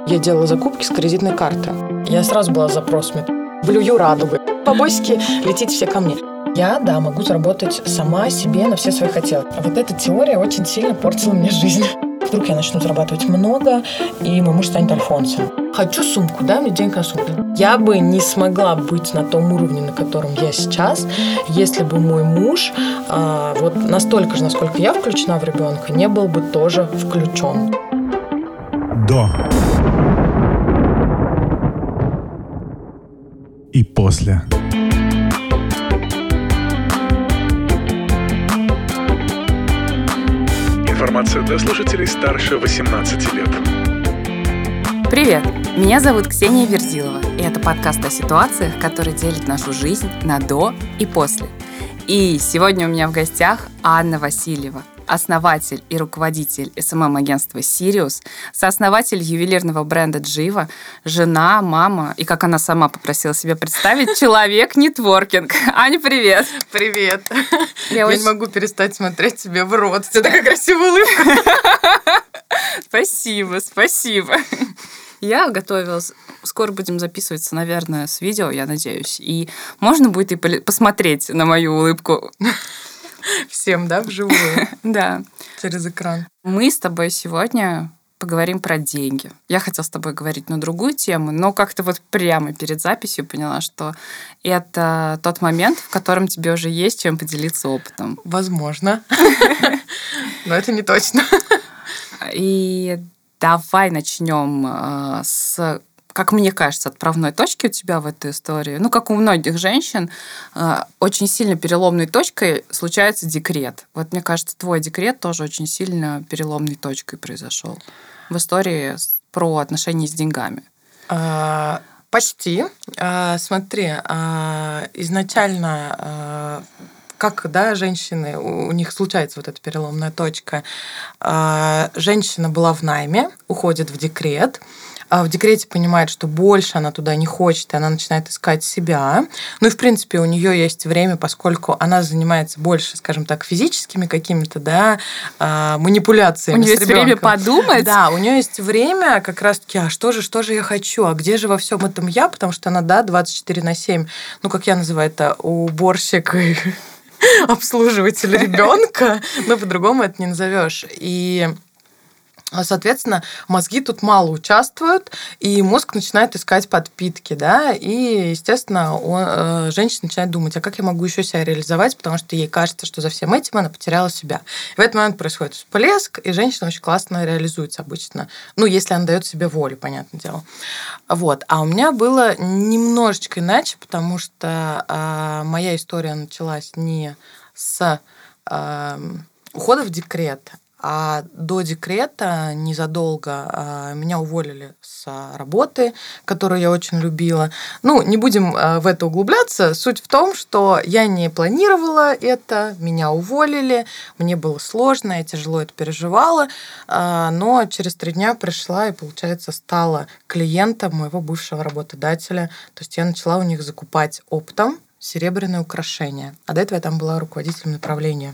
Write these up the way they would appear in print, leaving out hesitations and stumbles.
Я делала закупки с кредитной карты. Я сразу была с запросами. Блюю радугой. Побосики, летите все ко мне. Я, могу заработать сама себе на все свои хотелки. А вот эта теория очень сильно портила мне жизнь. Вдруг я начну зарабатывать много, и мой муж станет альфонсом. Хочу сумку, дай мне денег на сумку. Я бы не смогла быть на том уровне, на котором я сейчас, если бы мой муж вот настолько же, насколько я включена в ребенка, не был бы тоже включен. До. И после. Информация для слушателей старше 18 лет. Привет! Меня зовут Ксения Верзилова, и это подкаст о ситуациях, которые делят нашу жизнь на «до» и «после». И сегодня у меня в гостях Анна Васильева, основатель и руководитель СММ-агентства «Сириус», сооснователь ювелирного бренда «Джива», жена, мама и, как она сама попросила себя представить, человек-нетворкинг. Аня, привет! Привет! Я не могу перестать смотреть тебе в рот. У тебя такая красивая улыбка. Спасибо. Я готовилась. Скоро будем записываться, наверное, с видео, я надеюсь. И можно будет и посмотреть на мою улыбку. Всем, вживую? Да. Через экран. Мы с тобой сегодня поговорим про деньги. Я хотела с тобой говорить на другую тему, но как-то вот прямо перед записью поняла, что это тот момент, в котором тебе уже есть чем поделиться опытом. Возможно. Но это не точно. И давай начнем с, как мне кажется, отправной точки у тебя в этой истории. Как у многих женщин, очень сильно переломной точкой случается декрет. Вот мне кажется, твой декрет тоже очень сильно переломной точкой произошел в истории про отношения с деньгами. Почти. Смотри, изначально... Как, женщины, у них случается вот эта переломная точка. Женщина была в найме, уходит в декрет. В декрете понимает, что больше она туда не хочет, и она начинает искать себя. И, в принципе, у нее есть время, поскольку она занимается больше, скажем так, физическими какими-то, манипуляциями с ребенком. У нее есть время подумать? Да, у нее есть время как раз-таки, что же я хочу, а где же во всем этом я, потому что она, 24/7, как я называю это, уборщик и обслуживатель ребенка, но по-другому это не назовешь. И, соответственно, мозги тут мало участвуют, и мозг начинает искать подпитки, и, естественно, женщина начинает думать, а как я могу еще себя реализовать, потому что ей кажется, что за всем этим она потеряла себя. И в этот момент происходит всплеск, и женщина очень классно реализуется обычно. Если она дает себе волю, понятное дело. Вот. А у меня было немножечко иначе, потому что моя история началась не с ухода в декрет, а до декрета незадолго меня уволили с работы, которую я очень любила. Не будем в это углубляться. Суть в том, что я не планировала это, меня уволили, мне было сложно, я тяжело это переживала, но через 3 дня пришла и, получается, стала клиентом моего бывшего работодателя. То есть я начала у них закупать оптом серебряные украшения. А до этого я там была руководителем направления.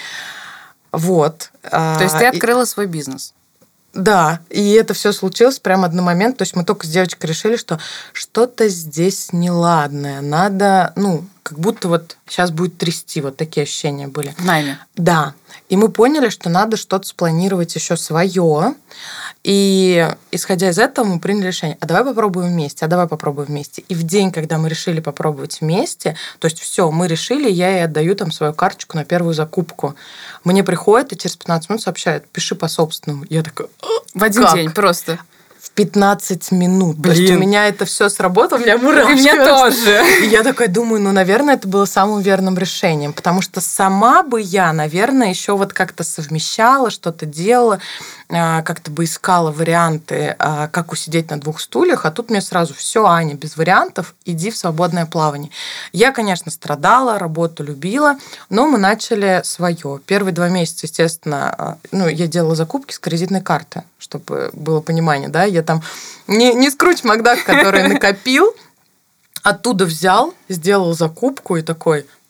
Вот. То есть ты открыла свой бизнес? Да, и это все случилось прямо одномоментно. То есть мы только с девочкой решили, что что-то здесь неладное. Надо, как будто вот сейчас будет трясти. Вот такие ощущения были. В найме? Да. И мы поняли, что надо что-то спланировать еще свое. И, исходя из этого, мы приняли решение, давай попробуем вместе. И в день, когда мы решили попробовать вместе, то есть все, мы решили, я ей отдаю там свою карточку на первую закупку. Мне приходит и через 15 минут сообщает, пиши по собственному. Я такая, в один день просто? В 15 минут. То есть у меня это все сработало, у меня мурашки. У меня тоже. И я такая думаю, наверное, это было самым верным решением, потому что сама бы я, наверное, еще вот как-то совмещала, что-то делала, как-то бы искала варианты, как усидеть на 2 стульях, а тут мне сразу все, Аня, без вариантов, иди в свободное плавание. Я, конечно, страдала, работу любила, но мы начали свое. Первые 2 месяца, естественно, я делала закупки с кредитной карты, чтобы было понимание, я там не Скрудж Макдак, который накопил, оттуда взял, сделал закупку и такой,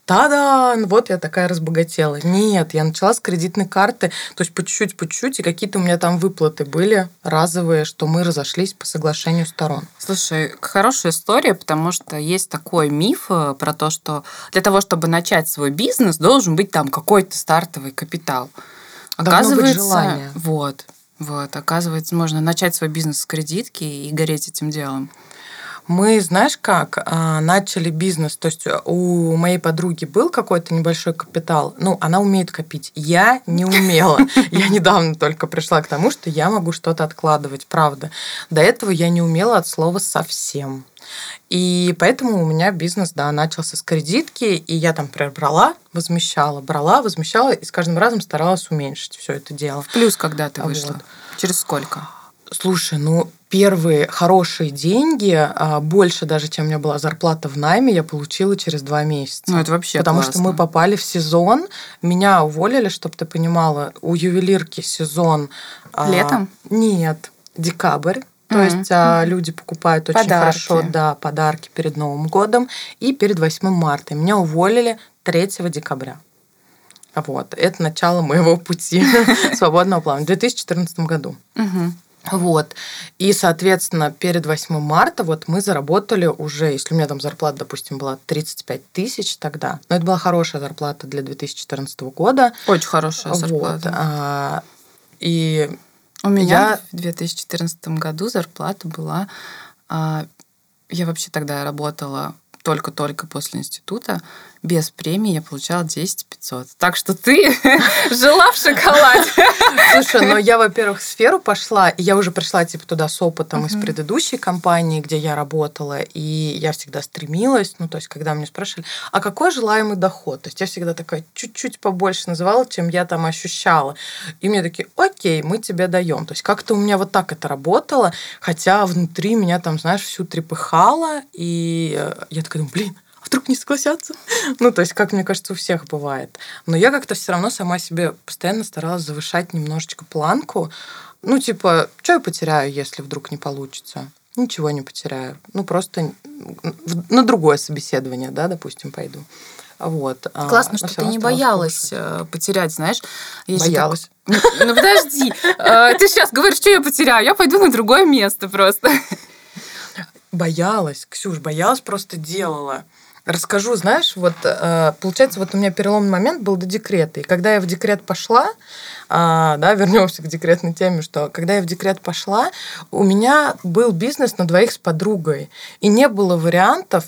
та-да, вот я такая разбогатела. Нет, я начала с кредитной карты, то есть по чуть-чуть, и какие-то у меня там выплаты были разовые, что мы разошлись по соглашению сторон. Слушай, хорошая история, потому что есть такой миф про то, что для того, чтобы начать свой бизнес, должен быть там какой-то стартовый капитал. Должно быть желание. Вот, оказывается, можно начать свой бизнес с кредитки и гореть этим делом. Мы, знаешь как, начали бизнес, то есть у моей подруги был какой-то небольшой капитал, она умеет копить, я не умела. Я недавно только пришла к тому, что я могу что-то откладывать, правда. До этого я не умела от слова совсем. И поэтому у меня бизнес, начался с кредитки, и я там брала, возмещала, и с каждым разом старалась уменьшить все это дело. В плюс когда ты вышла? Вот. Через сколько? Слушай, первые хорошие деньги, больше даже, чем у меня была зарплата в найме, я получила через 2 месяца. Это вообще Потому классно. что мы попали в сезон, меня уволили, чтобы ты понимала, у ювелирки сезон... Летом? Нет, декабрь. То есть люди покупают очень хорошо подарки перед Новым годом и перед 8 марта. Меня уволили 3 декабря. Вот. Это начало моего пути свободного плавания в 2014 году. Вот. И, соответственно, перед 8 марта мы заработали уже, если у меня там зарплата, допустим, была 35 тысяч тогда, но это была хорошая зарплата для 2014 года. Очень хорошая зарплата. И у меня в 2014 году зарплата была... Я вообще тогда работала только-только после института. Без премии я получала 10 500. Так что ты жила в шоколаде. Слушай, я, во-первых, в сферу пошла, и я уже пришла туда с опытом из предыдущей компании, где я работала, и я всегда стремилась, то есть, когда меня спрашивали, а какой желаемый доход? То есть, я всегда такая чуть-чуть побольше называла, чем я там ощущала. И мне такие, окей, мы тебе даем. То есть, как-то у меня вот так это работало, хотя внутри меня там, знаешь, всю трепыхало, и я такая думаю, вдруг не согласятся? То есть, как мне кажется, у всех бывает. Но я как-то все равно сама себе постоянно старалась завышать немножечко планку. Что я потеряю, если вдруг не получится? Ничего не потеряю. Просто на другое собеседование, допустим, пойду. Вот. Классно, что ты не боялась потерять, знаешь. Боялась. Подожди. Ты сейчас говоришь, что я потеряю. Я пойду на другое место просто. Боялась, Ксюш, просто делала. Расскажу, знаешь, получается, у меня переломный момент был до декрета. И когда я в декрет пошла, вернемся к декретной теме, что когда я в декрет пошла, у меня был бизнес на 2 с подругой. И не было вариантов,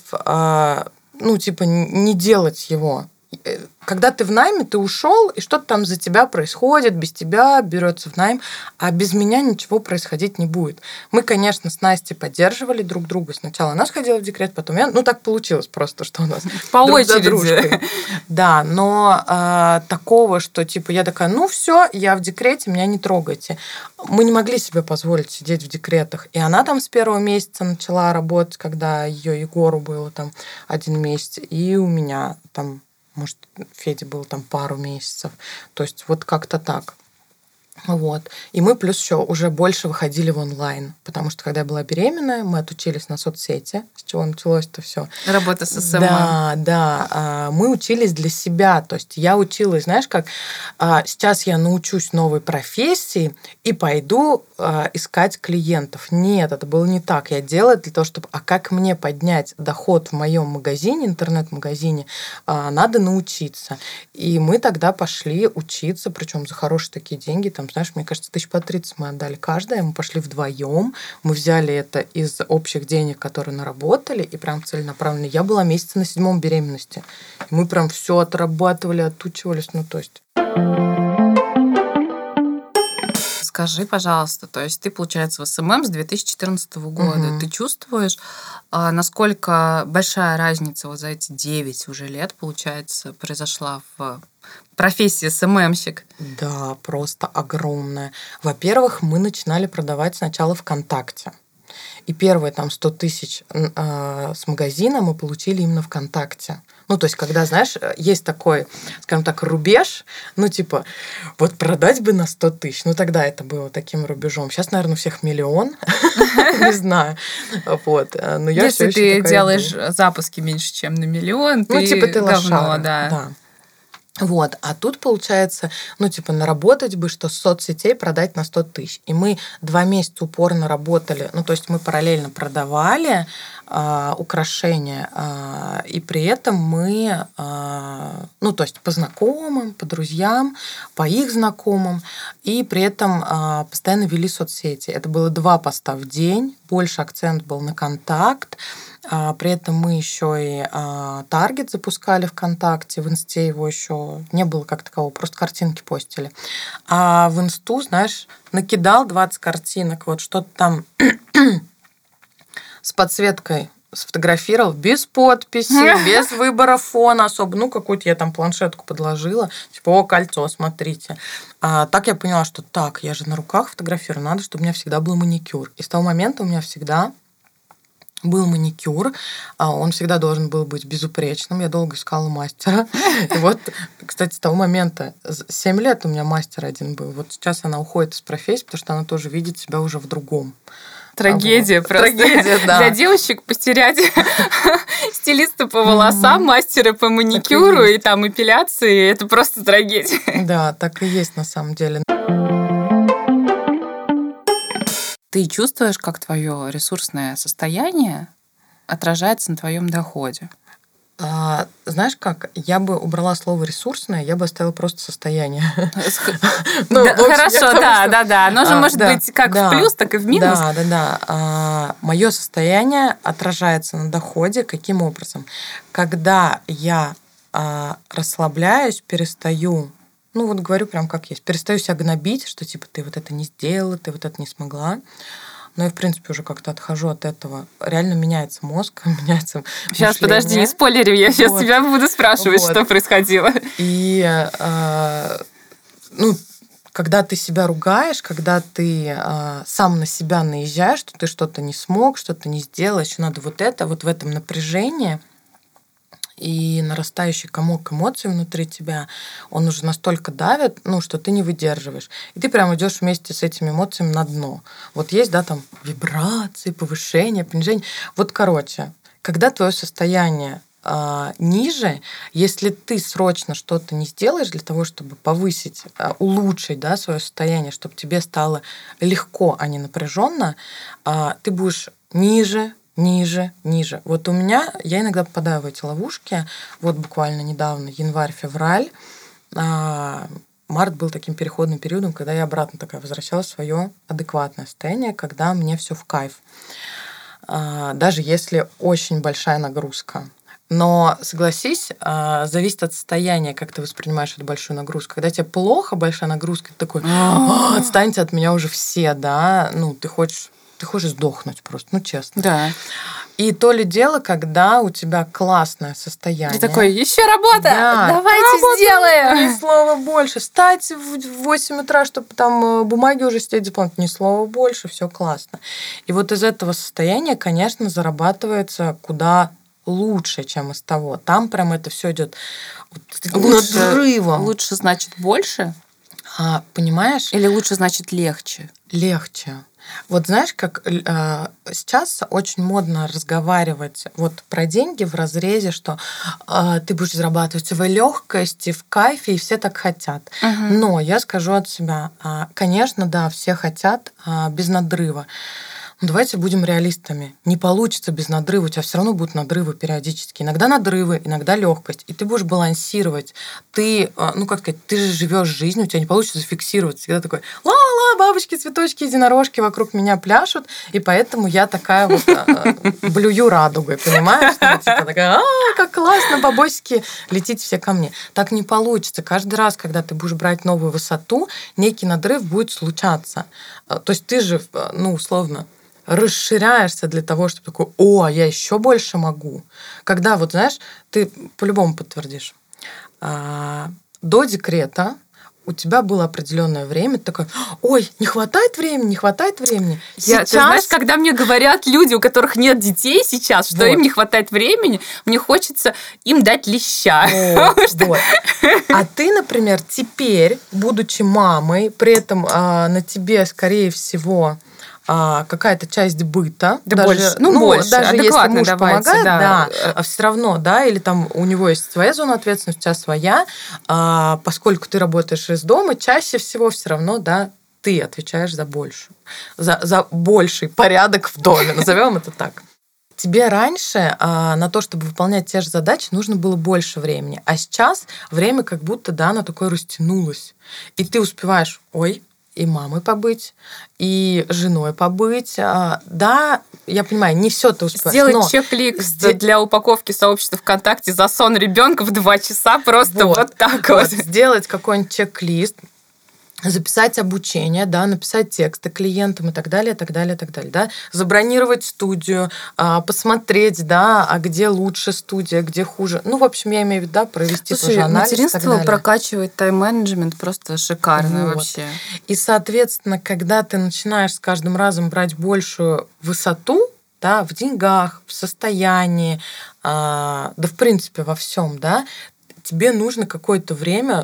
не делать его. Когда ты в найме, ты ушел, и что-то там за тебя происходит, без тебя берется в найм, а без меня ничего происходить не будет. Мы, конечно, с Настей поддерживали друг друга. Сначала она сходила в декрет, потом я. Так получилось просто, что у нас по очереди. Да, но такого, что я такая, все, я в декрете, меня не трогайте. Мы не могли себе позволить сидеть в декретах. И она там с 1 месяца начала работать, когда ее Егору было там 1 месяц, и у меня там, может, Феде было там пару месяцев. То есть как-то так. Вот. И мы плюс еще уже больше выходили в онлайн, потому что когда я была беременная, мы отучились на соцсети, с чего началось это все. Работа с СММ. Да. Мы учились для себя. То есть я училась, знаешь, как сейчас я научусь новой профессии и пойду искать клиентов. Нет, это было не так. Я делала для того, чтобы... А как мне поднять доход в моем магазине, интернет-магазине, надо научиться. И мы тогда пошли учиться, причем за хорошие такие деньги, там, знаешь, мне кажется, 30 мы отдали каждая, мы пошли вдвоем, мы взяли это из общих денег, которые наработали, и прям целенаправленно. Я была месяца на 7 беременности. И мы прям все отрабатывали, отучивались, то есть... Скажи, пожалуйста, то есть ты, получается, в СММ с 2014 года. Ты чувствуешь, насколько большая разница за эти 9 уже лет, получается, произошла в профессии СММщик? Да, просто огромная. Во-первых, мы начинали продавать сначала ВКонтакте. И первые там 100 тысяч с магазина мы получили именно ВКонтакте. Ну, то есть, когда, знаешь, есть такой, скажем так, рубеж, ну, типа, вот продать бы на 100 тысяч. Ну, тогда это было таким рубежом. Сейчас, наверное, у всех миллион. Не знаю. Вот. Но я если ты делаешь запуски меньше, чем на миллион, ну, типа, ты говно, лошара. да. Вот. А тут, получается, ну, типа, наработать бы, что с соцсетей продать на 100 тысяч. И мы 2 месяца упорно работали. Ну, то есть мы параллельно продавали украшения, и при этом мы, ну, то есть по знакомым, по друзьям, по их знакомым, и при этом постоянно вели соцсети. Это было 2 поста в день, больше акцент был на контакт. При этом мы еще и таргет запускали ВКонтакте, в Инсте его еще не было как такового, просто картинки постили. А в Инсту, знаешь, накидал 20 картинок, вот что-то там с подсветкой сфотографировал, без подписи, без выбора фона особо. Ну, какую-то я там планшетку подложила, типа, о, кольцо, смотрите. Так я поняла, что так, я же на руках фотографирую, надо, чтобы у меня всегда был маникюр. И с того момента у меня всегда был маникюр, он всегда должен был быть безупречным. Я долго искала мастера. И вот, кстати, с того момента, 7 лет у меня мастер один был. Вот сейчас она уходит из профессии, потому что она тоже видит себя уже в другом. Трагедия просто. Трагедия, да. Для девочек потерять стилиста по волосам, мастера по маникюру и там эпиляции, это просто трагедия. Да, так и есть на самом деле. Ты чувствуешь, как твое ресурсное состояние отражается на твоем доходе? Знаешь как? Я бы убрала слово «ресурсное», я бы оставила просто «состояние». Хорошо, да. Оно же может быть как в плюс, так и в минус. Да. Мое состояние отражается на доходе. Каким образом? Когда я расслабляюсь, перестаю, ну вот говорю прям как есть, перестаю себя гнобить, что типа ты вот это не сделала, ты вот это не смогла. Но я, в принципе, уже как-то отхожу от этого. Реально меняется мозг, меняется Сейчас, мышление. подожди, не спойлери, я сейчас тебя буду спрашивать, что происходило. И, когда ты себя ругаешь, когда ты сам на себя наезжаешь, что ты что-то не смог, что-то не сделал, еще надо вот это, вот в этом напряжении и нарастающий комок эмоций внутри тебя, он уже настолько давит, что ты не выдерживаешь. И ты прям идешь вместе с этими эмоциями на дно. Вот есть, да, там вибрации, повышение, понижение. Вот, короче, когда твое состояние ниже, если ты срочно что-то не сделаешь для того, чтобы повысить, улучшить, да, свое состояние, чтобы тебе стало легко, а не напряженно, ты будешь ниже. Вот у меня, я иногда попадаю в эти ловушки. Вот буквально недавно, январь-февраль, март был таким переходным периодом, когда я обратно такая возвращалась в свое адекватное состояние, когда мне все в кайф. Даже если очень большая нагрузка. Но, согласись, зависит от состояния, как ты воспринимаешь эту большую нагрузку. Когда тебе плохо, большая нагрузка, ты такой, отстаньте от меня уже все, да, ты хочешь сдохнуть просто, честно. Да. И то ли дело, когда у тебя классное состояние. Ты такой, еще работа, да, давайте сделаем. Ни слова больше. Встать в 8 утра, чтобы там бумаги уже сидеть заполнить. Ни слова больше, все классно. И вот из этого состояния, конечно, зарабатывается куда лучше, чем из того. Там прям это все идет надрывом. Лучше значит больше? Понимаешь? Или лучше значит легче? Легче. Вот знаешь, как сейчас очень модно разговаривать вот про деньги в разрезе, что ты будешь зарабатывать в легкости, в кайфе, и все так хотят. Но я скажу от себя, конечно, да, все хотят без надрыва. Но давайте будем реалистами. Не получится без надрыва, у тебя все равно будут надрывы периодически. Иногда надрывы, иногда легкость. И ты будешь балансировать. Ты, ты же живешь жизнью, у тебя не получится зафиксироваться. Всегда такой, ла-ла, бабочки, цветочки, единорожки вокруг меня пляшут, и поэтому я такая вот блюю радугой, понимаешь? Типа такая, как классно, бабосики, летите все ко мне. Так не получится. Каждый раз, когда ты будешь брать новую высоту, некий надрыв будет случаться. То есть ты же, условно, расширяешься для того, чтобы такой, я еще больше могу. Когда, вот знаешь, ты по-любому подтвердишь, до декрета у тебя было определенное время, ты такой, ой, не хватает времени. Ты знаешь, когда мне говорят люди, у которых нет детей сейчас, что им не хватает времени, мне хочется им дать леща. Вот. А ты, например, теперь, будучи мамой, при этом на тебе, скорее всего, какая-то часть быта. Да больше, больше. Даже если муж помогает, да. А все равно, да, или там у него есть своя зона ответственности, у тебя своя, поскольку ты работаешь из дома, чаще всего все равно, да, ты отвечаешь за большую, за больший порядок в доме, назовем это так. Тебе раньше на то, чтобы выполнять те же задачи, нужно было больше времени, а сейчас время как будто, да, оно такое растянулось, и ты успеваешь, и мамой побыть, и женой побыть. Да, я понимаю, не все ты успеваешь. Сделать чек-лист для упаковки сообщества ВКонтакте за сон ребенка в 2 часа просто вот так вот. Сделать какой-нибудь чек-лист, записать обучение, да, написать тексты клиентам и так далее, да, забронировать студию, посмотреть, да, а где лучше студия, где хуже. Ну, в общем, я имею в виду, да, провести тоже анализ. Материнство прокачивает тайм-менеджмент просто шикарно вообще. И, соответственно, когда ты начинаешь с каждым разом брать большую высоту, да, в деньгах, в состоянии, да, в принципе, во всем, да, тебе нужно какое-то время,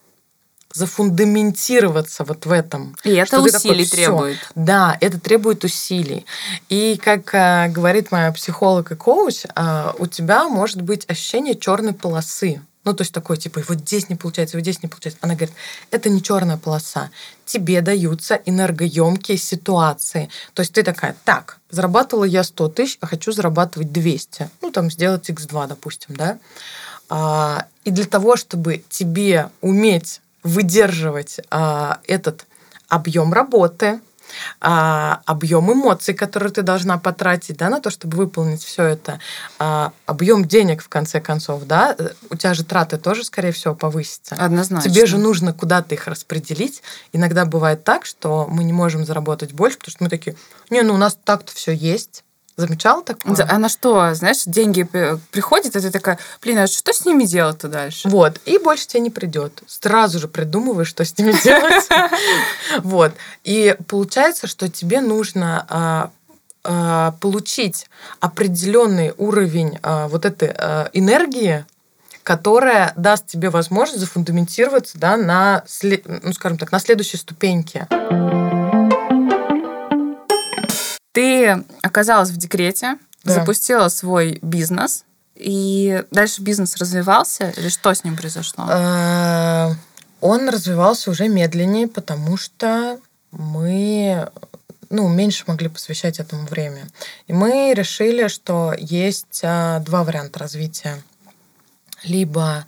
зафундаментироваться вот в этом. И это усилий требует. Да, это требует усилий. И как говорит моя психолог и коуч, у тебя может быть ощущение черной полосы. То есть такой, типа, вот здесь не получается, вот здесь не получается. Она говорит, это не черная полоса. Тебе даются энергоемкие ситуации. То есть ты такая, так, зарабатывала я 100 тысяч, а хочу зарабатывать 200. Сделать x2, допустим, да. И для того, чтобы тебе уметь выдерживать этот объем работы, объем эмоций, которые ты должна потратить, да, на то, чтобы выполнить все это, объем денег, в конце концов, да, у тебя же траты тоже, скорее всего, повысятся. Однозначно. Тебе же нужно куда-то их распределить. Иногда бывает так, что мы не можем заработать больше, потому что мы такие, у нас так-то все есть. Замечала такое? А на что, знаешь, деньги приходят, и ты такая, а что с ними делать-то дальше? Вот, и больше тебе не придет. Сразу же придумываешь, что с ними делать. Вот. И получается, что тебе нужно получить определенный уровень вот этой энергии, которая даст тебе возможность зафундаментироваться, да, на, скажем так, на следующей ступеньке. Ты оказалась в декрете, запустила свой бизнес, и дальше бизнес развивался, или что с ним произошло? Он развивался уже медленнее, потому что мы меньше могли посвящать этому время. И мы решили, что есть 2 варианта развития. Либо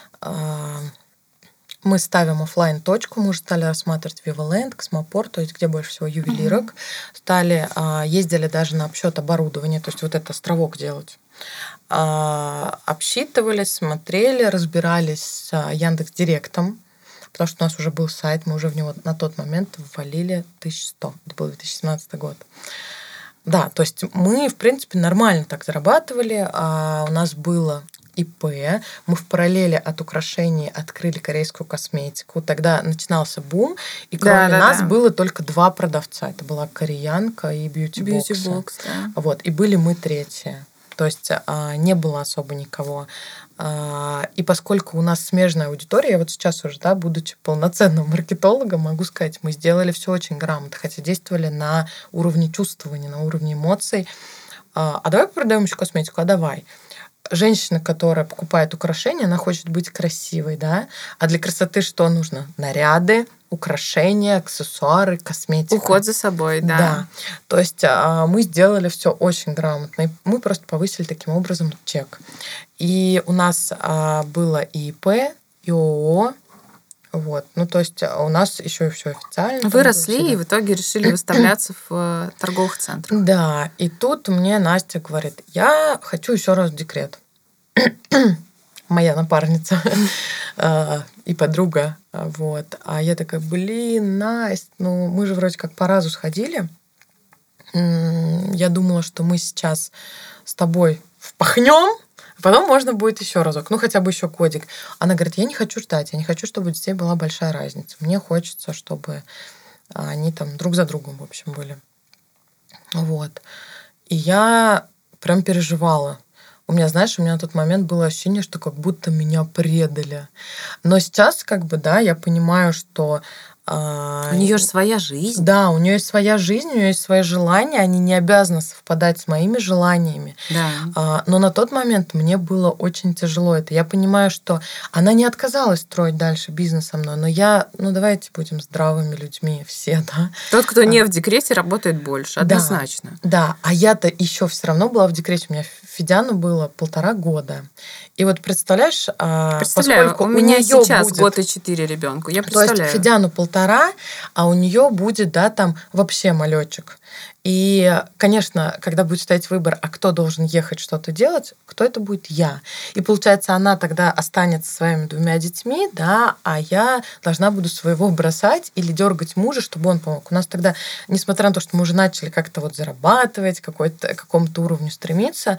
мы ставим офлайн точку, мы уже стали рассматривать Vivaland, Космопорт, то есть где больше всего ювелирок. Ездили даже на обсчет оборудования, то есть вот этот островок делать. Обсчитывались, смотрели, разбирались с Яндекс.Директом, потому что у нас уже был сайт, мы уже в него на тот момент ввалили 1100. Это был 2017 год. Да, то есть мы, в принципе, нормально так зарабатывали. У нас было ИП. Мы в параллели от украшений открыли корейскую косметику. Тогда начинался бум, и кроме нас было только 2 продавца. Это была кореянка и бьюти-бокс. Да. Вот, и были мы третьи. То есть не было особо никого. И поскольку у нас смежная аудитория, я вот сейчас уже, да, будучи полноценным маркетологом, могу сказать, мы сделали все очень грамотно, хотя действовали на уровне чувствования, на уровне эмоций. Давай продаем еще косметику, давай. Женщина, которая покупает украшения, она хочет быть красивой, да? А для красоты что нужно? Наряды, украшения, аксессуары, косметика. Уход за собой, да. Да. То есть мы сделали все очень грамотно. И мы просто повысили таким образом чек. И у нас было и ИП, и ООО. Вот. То есть у нас еще и все официально. Вы росли и в итоге решили выставляться в торговых центрах. Да. И тут мне Настя говорит, я хочу еще раз в декрет. Моя напарница и подруга. Вот. А я такая, Настя, мы же вроде как по разу сходили. Я думала, что мы сейчас с тобой впахнем, Потом можно будет еще разок, ну хотя бы еще годик. Она говорит, я не хочу ждать, я не хочу, чтобы у детей была большая разница. Мне хочется, чтобы они там друг за другом, в общем, были. Вот. И я прям переживала. У меня на тот момент было ощущение, что как будто меня предали. Но сейчас, да, я понимаю, что... У нее же своя жизнь. Да, у нее есть своя жизнь, у нее есть свои желания, они не обязаны совпадать с моими желаниями. Да. Но на тот момент мне было очень тяжело это. Я понимаю, что она не отказалась строить дальше бизнес со мной, но давайте будем здравыми людьми все, да. Тот, кто не в декрете, работает больше, однозначно. Да, а я-то еще все равно была в декрете. У меня Федяну было 1,5 года. И вот представляешь, поскольку у меня сейчас будет 1 и 4 ребенку, я представляю. То есть Федяну 1,5, а у нее будет, да, там вообще малечек. И, конечно, когда будет стоять выбор, а кто должен ехать что-то делать, кто это будет? Я. И получается, она тогда останется со своими 2 детьми, да, а я должна буду своего бросать или дергать мужа, чтобы он помог. У нас тогда, несмотря на то, что мы уже начали как-то вот зарабатывать, к какому-то уровню стремиться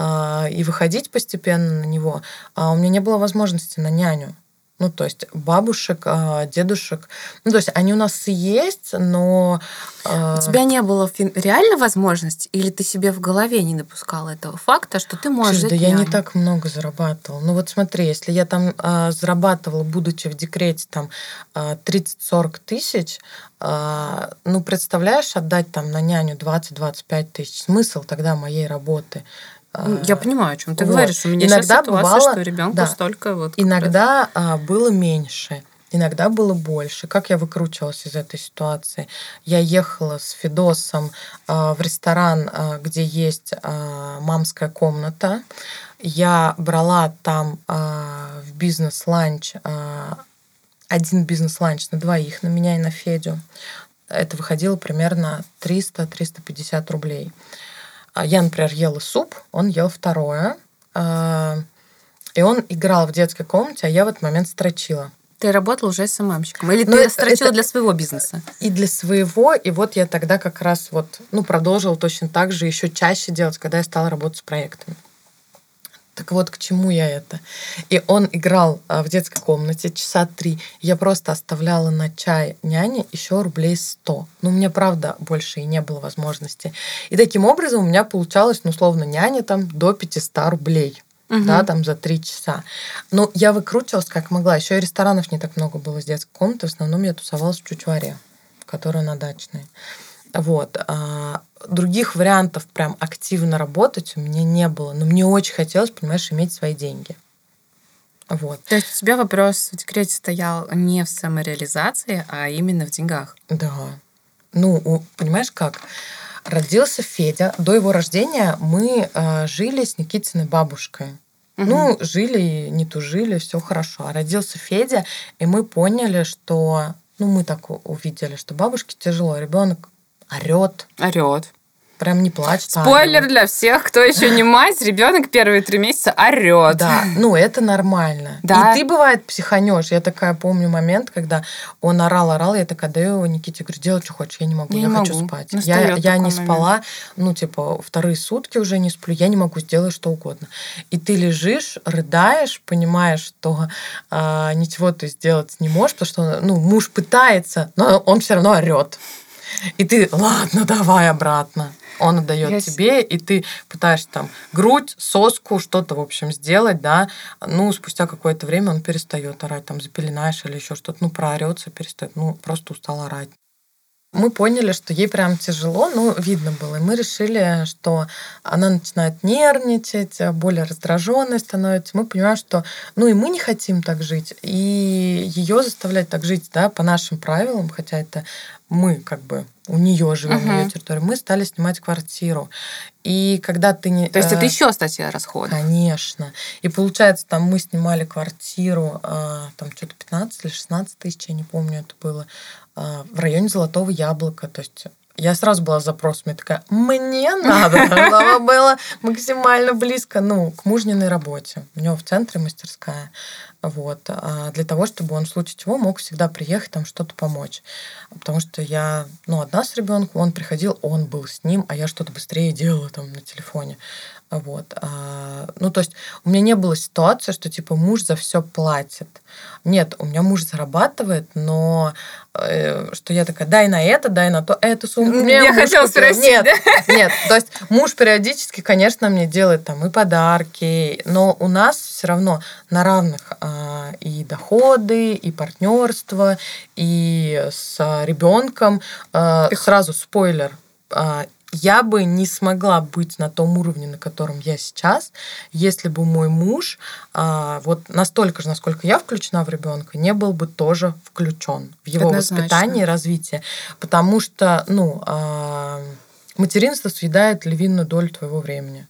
и выходить постепенно на него, у меня не было возможности на няню. Ну, то есть бабушек, дедушек. Ну, то есть они у нас и есть, но... У тебя не было реально возможности? Или ты себе в голове не допускала этого факта, что ты можешь взять да я няню? не так много зарабатывала. Ну, вот смотри, если я там зарабатывала, будучи в декрете, там 30-40 тысяч, ну, представляешь, отдать там на няню 20-25 тысяч. Смысл тогда моей работы? Я понимаю, о чем ты говоришь. У меня иногда сейчас ситуация, бывало, что ребенку да, столько вот. Иногда было меньше, иногда было больше. Как я выкручивалась из этой ситуации? Я ехала с Федосом в ресторан, где есть мамская комната. Я брала там в бизнес-ланч один бизнес-ланч на 2, на меня и на Федю. Это выходило примерно 300-350 рублей. Я, например, ела суп, он ел второе. И он играл в детской комнате, а я в этот момент строчила. Ты работала уже СММщиком? Или ты строчила для своего бизнеса? И для своего. И вот я тогда как раз продолжила точно так же еще чаще делать, когда я стала работать с проектами. Так вот, к чему я это? И он играл в детской комнате часа 3. Я просто оставляла на чай няне еще рублей 100. Ну, у меня, правда, больше и не было возможности. И таким образом у меня получалось, условно, няня там до 500 рублей. Да, там за 3 часа. Но я выкручивалась как могла. Еще и ресторанов не так много было с детской комнаты. В основном я тусовалась в Чучваре, которая на Дачной. Вот. Других вариантов прям активно работать у меня не было. Но мне очень хотелось, понимаешь, иметь свои деньги. Вот. То есть у тебя вопрос в декрете стоял не в самореализации, а именно в деньгах? Да. Ну, понимаешь как? Родился Федя. До его рождения мы жили с Никитиной бабушкой. Ну, жили, не тужили, все хорошо. А родился Федя, и мы поняли, что... Ну, мы так увидели, что бабушке тяжело. Ребенок орет. Прям не плачет. Спойлер для всех, кто еще не мать, ребенок первые 3 месяца орет. Да, это нормально. Да. И ты, бывает, психанешь. Я такая помню момент, когда он орал, я такая даю его Никите, говорю, делай, что хочешь, я не могу, я хочу спать. Я не спала, 2 сутки уже не сплю, я не могу, сделать что угодно. И ты лежишь, рыдаешь, понимаешь, что ничего ты сделать не можешь, потому что муж пытается, но он все равно орет. И ты, ладно, давай обратно. Он отдает тебе, и ты пытаешься там грудь, соску, что-то, в общем, сделать, да. Спустя какое-то время он перестает орать, там запеленаешь или еще что-то, проорется, перестает, просто устал орать. Мы поняли, что ей прям тяжело, видно было. И мы решили, что она начинает нервничать, более раздраженной становится. Мы понимаем, что и мы не хотим так жить, и ее заставлять так жить, да, по нашим правилам, хотя это мы у нее живем, на ее территории, мы стали снимать квартиру. И когда ты не... То есть это еще статья расходов? Конечно. И получается, там мы снимали квартиру, там что-то 15 или 16 тысяч, я не помню, это было, в районе Золотого Яблока. То есть я сразу была с запросом, я такая, мне надо, чтобы было максимально близко, к мужниной работе. У него в центре мастерская. Вот. Для того, чтобы он в случае чего мог всегда приехать, там что-то помочь. Потому что я, одна с ребенком, он приходил, он был с ним, а я что-то быстрее делала там на телефоне. Вот. То есть у меня не было ситуации, что типа муж за все платит. Нет, у меня муж зарабатывает, но что я такая, дай на это, дай на то, эту сумму. Я хотела спросить. Нет. То есть муж периодически, конечно, мне делает там и подарки, но у нас все равно на равных и доходы, и партнерство, и с ребенком. Сразу спойлер. Я бы не смогла быть на том уровне, на котором я сейчас, если бы мой муж вот настолько же, насколько я включена в ребенка, не был бы тоже включен в его воспитание и развитие. Потому что, материнство съедает львиную долю твоего времени.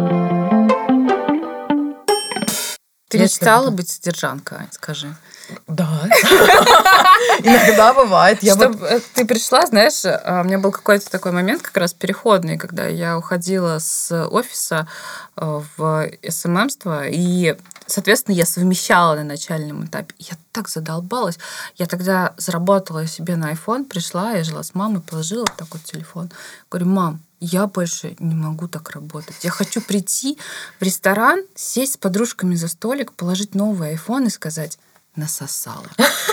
Ты мечтала быть содержанкой, скажи? Да. Иногда бывает. Ты пришла, знаешь, у меня был какой-то такой момент как раз переходный, когда я уходила с офиса в СММство, и, соответственно, я совмещала на начальном этапе. Я так задолбалась. Я тогда заработала себе на iPhone, пришла, я жила с мамой, положила так вот телефон. Говорю, мам, я больше не могу так работать. Я хочу прийти в ресторан, сесть с подружками за столик, положить новый iPhone и сказать, насосала.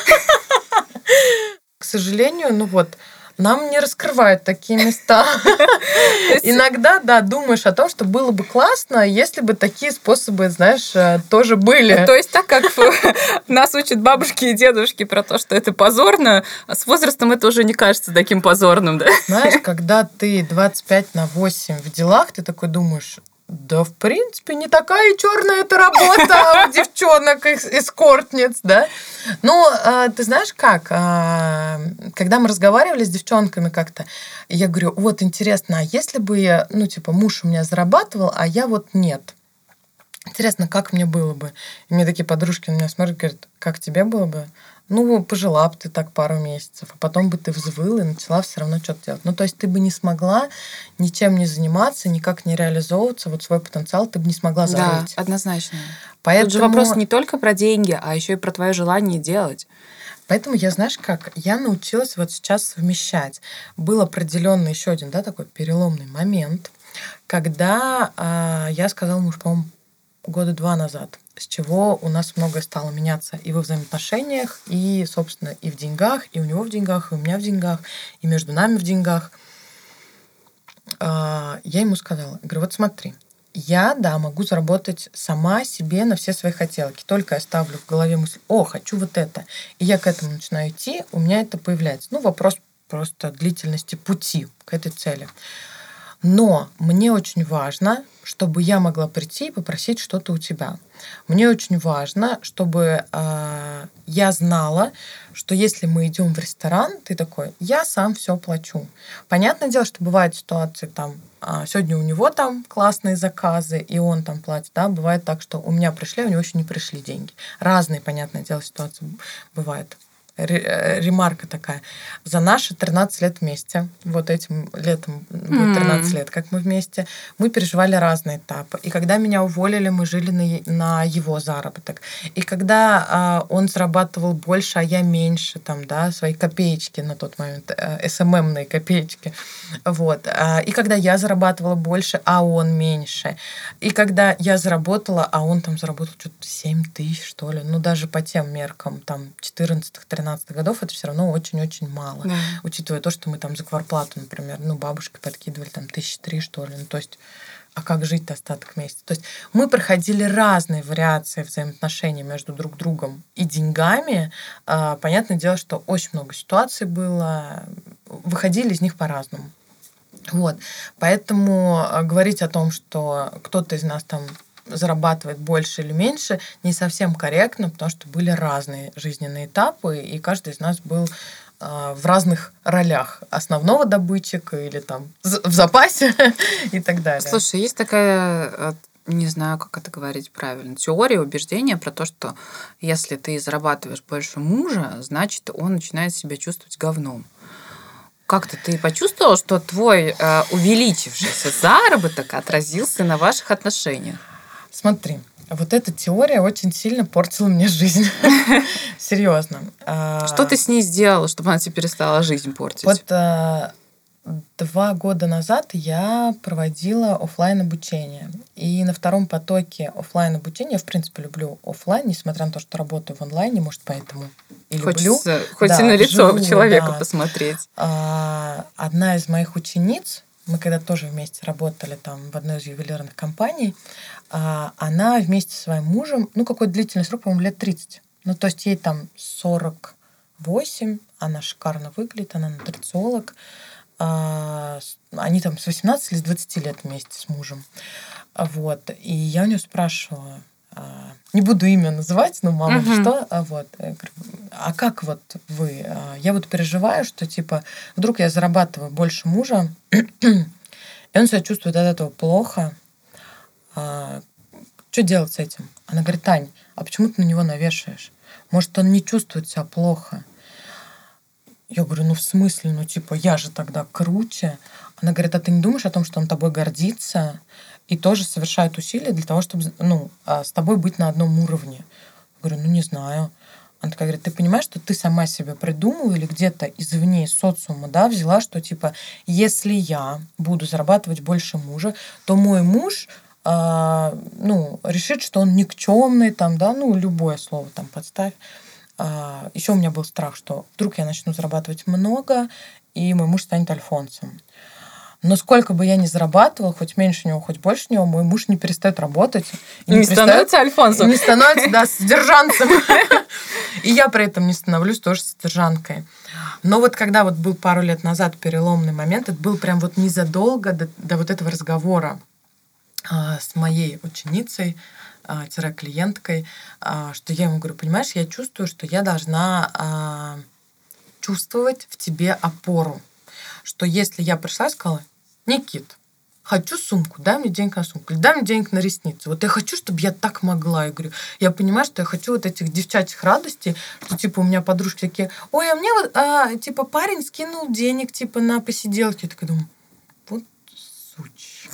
К сожалению, нам не раскрывают такие места. Иногда, да, думаешь о том, что было бы классно, если бы такие способы, знаешь, тоже были. То есть так как нас учат бабушки и дедушки про то, что это позорно, с возрастом это уже не кажется таким позорным, да? Знаешь, когда ты 25/8 в делах, ты такой думаешь, да, в принципе, не такая черная эта работа у девчонок, эскортниц, да? Ты знаешь как? Когда мы разговаривали с девчонками как-то, я говорю, вот интересно, а если бы я, муж у меня зарабатывал, а я вот нет? Интересно, как мне было бы? И мне такие подружки на меня смотрят, говорят, как тебе было бы? Пожила бы ты так пару месяцев, а потом бы ты взвыла и начала все равно что-то делать. То есть ты бы не смогла ничем не заниматься, никак не реализовываться, вот свой потенциал ты бы не смогла зарыть. Да, однозначно. Поэтому... Тут же вопрос не только про деньги, а еще и про твое желание делать. Поэтому я, знаешь как, я научилась вот сейчас совмещать. Был определенный еще один, такой переломный момент, когда я сказала мужу, по-моему, 2 года назад, с чего у нас многое стало меняться и во взаимоотношениях, и, собственно, и в деньгах, и у него в деньгах, и у меня в деньгах, и между нами в деньгах. Я ему сказала, говорю, вот смотри, я, могу заработать сама себе на все свои хотелки. Только я ставлю в голове мысль, хочу вот это, и я к этому начинаю идти, у меня это появляется. Вопрос просто длительности пути к этой цели. Но мне очень важно, чтобы я могла прийти и попросить что-то у тебя. Мне очень важно, чтобы я знала, что если мы идем в ресторан, ты такой, я сам все плачу. Понятное дело, что бывают ситуации, там, сегодня у него там классные заказы, и он там платит. Да? Бывает так, что у меня пришли, а у него еще не пришли деньги. Разные, понятное дело, ситуации бывают. Ремарка такая. За наши 13 лет вместе, вот этим летом будет 13 лет, как мы вместе, мы переживали разные этапы. И когда меня уволили, мы жили на его заработок. И когда он зарабатывал больше, а я меньше, там, да, свои копеечки на тот момент, СММные копеечки. Вот. И когда я зарабатывала больше, а он меньше. И когда я заработала, а он там заработал что-то 7 тысяч, что ли. Даже по тем меркам, там, 14-13 годов, это все равно очень-очень мало. Да. Учитывая то, что мы там за квартплату, например, бабушки подкидывали там 1003, что ли. То есть, а как жить остаток месяца? То есть мы проходили разные вариации взаимоотношений между друг другом и деньгами. Понятное дело, что очень много ситуаций было. Выходили из них по-разному. Вот. Поэтому говорить о том, что кто-то из нас там зарабатывает больше или меньше, не совсем корректно, потому что были разные жизненные этапы, и каждый из нас был в разных ролях основного добытчика или там в запасе и так далее. Слушай, есть такая, не знаю, как это говорить правильно, теория, убеждение про то, что если ты зарабатываешь больше мужа, значит, он начинает себя чувствовать говном. Как-то ты почувствовала, что твой увеличившийся заработок отразился на ваших отношениях? Смотри, Вот эта теория очень сильно портила мне жизнь. Серьезно. Что ты с ней сделала, чтобы она тебе перестала жизнь портить? Вот 2 года назад я проводила офлайн обучение. И на втором потоке офлайн обучения, я, в принципе, люблю офлайн, несмотря на то, что работаю в онлайне, может, поэтому и люблю. Хочется хоть и на лицо человека посмотреть. Одна из моих учениц, мы когда тоже вместе работали там в одной из ювелирных компаний, она вместе со своим мужем, какой длительный срок, по-моему, лет 30. То есть ей там 48, она шикарно выглядит, она нутрициолог. Они там с 18 или с 20 лет вместе с мужем. Вот. И я у нее спрашиваю, не буду имя называть, мало ли что, я говорю, а как вот вы? Я вот переживаю, что типа вдруг я зарабатываю больше мужа, и он себя чувствует от этого плохо. Что делать с этим? Она говорит, Тань, а почему ты на него навешаешь? Может, он не чувствует себя плохо? Я говорю, в смысле? Я же тогда круче. Она говорит, а ты не думаешь о том, что он тобой гордится и тоже совершает усилия для того, чтобы с тобой быть на одном уровне? Я говорю, не знаю. Она такая говорит, ты понимаешь, что ты сама себя придумала или где-то извне, из социума, взяла, что если я буду зарабатывать больше мужа, то мой муж решит, что он никчемный, любое слово подставь. Еще у меня был страх, что вдруг я начну зарабатывать много, и мой муж станет альфонсом. Но сколько бы я ни зарабатывала, хоть меньше него, хоть больше него, мой муж не перестает работать. И не становится альфонсом. И не становится, содержанцем. И я при этом не становлюсь тоже содержанкой. Но когда был пару лет назад переломный момент, это был прям незадолго до вот этого разговора с моей ученицей, клиенткой, что я ему говорю, понимаешь, я чувствую, что я должна чувствовать в тебе опору. Что если я пришла и сказала, Никит, хочу сумку, дай мне денег на сумку, или дай мне денег на ресницы. Я хочу, чтобы я так могла. Я говорю, я понимаю, что я хочу этих девчачьих радостей, что у меня подружки такие, ой, а мне парень скинул денег на посиделки. Я такая думаю, вот сучка.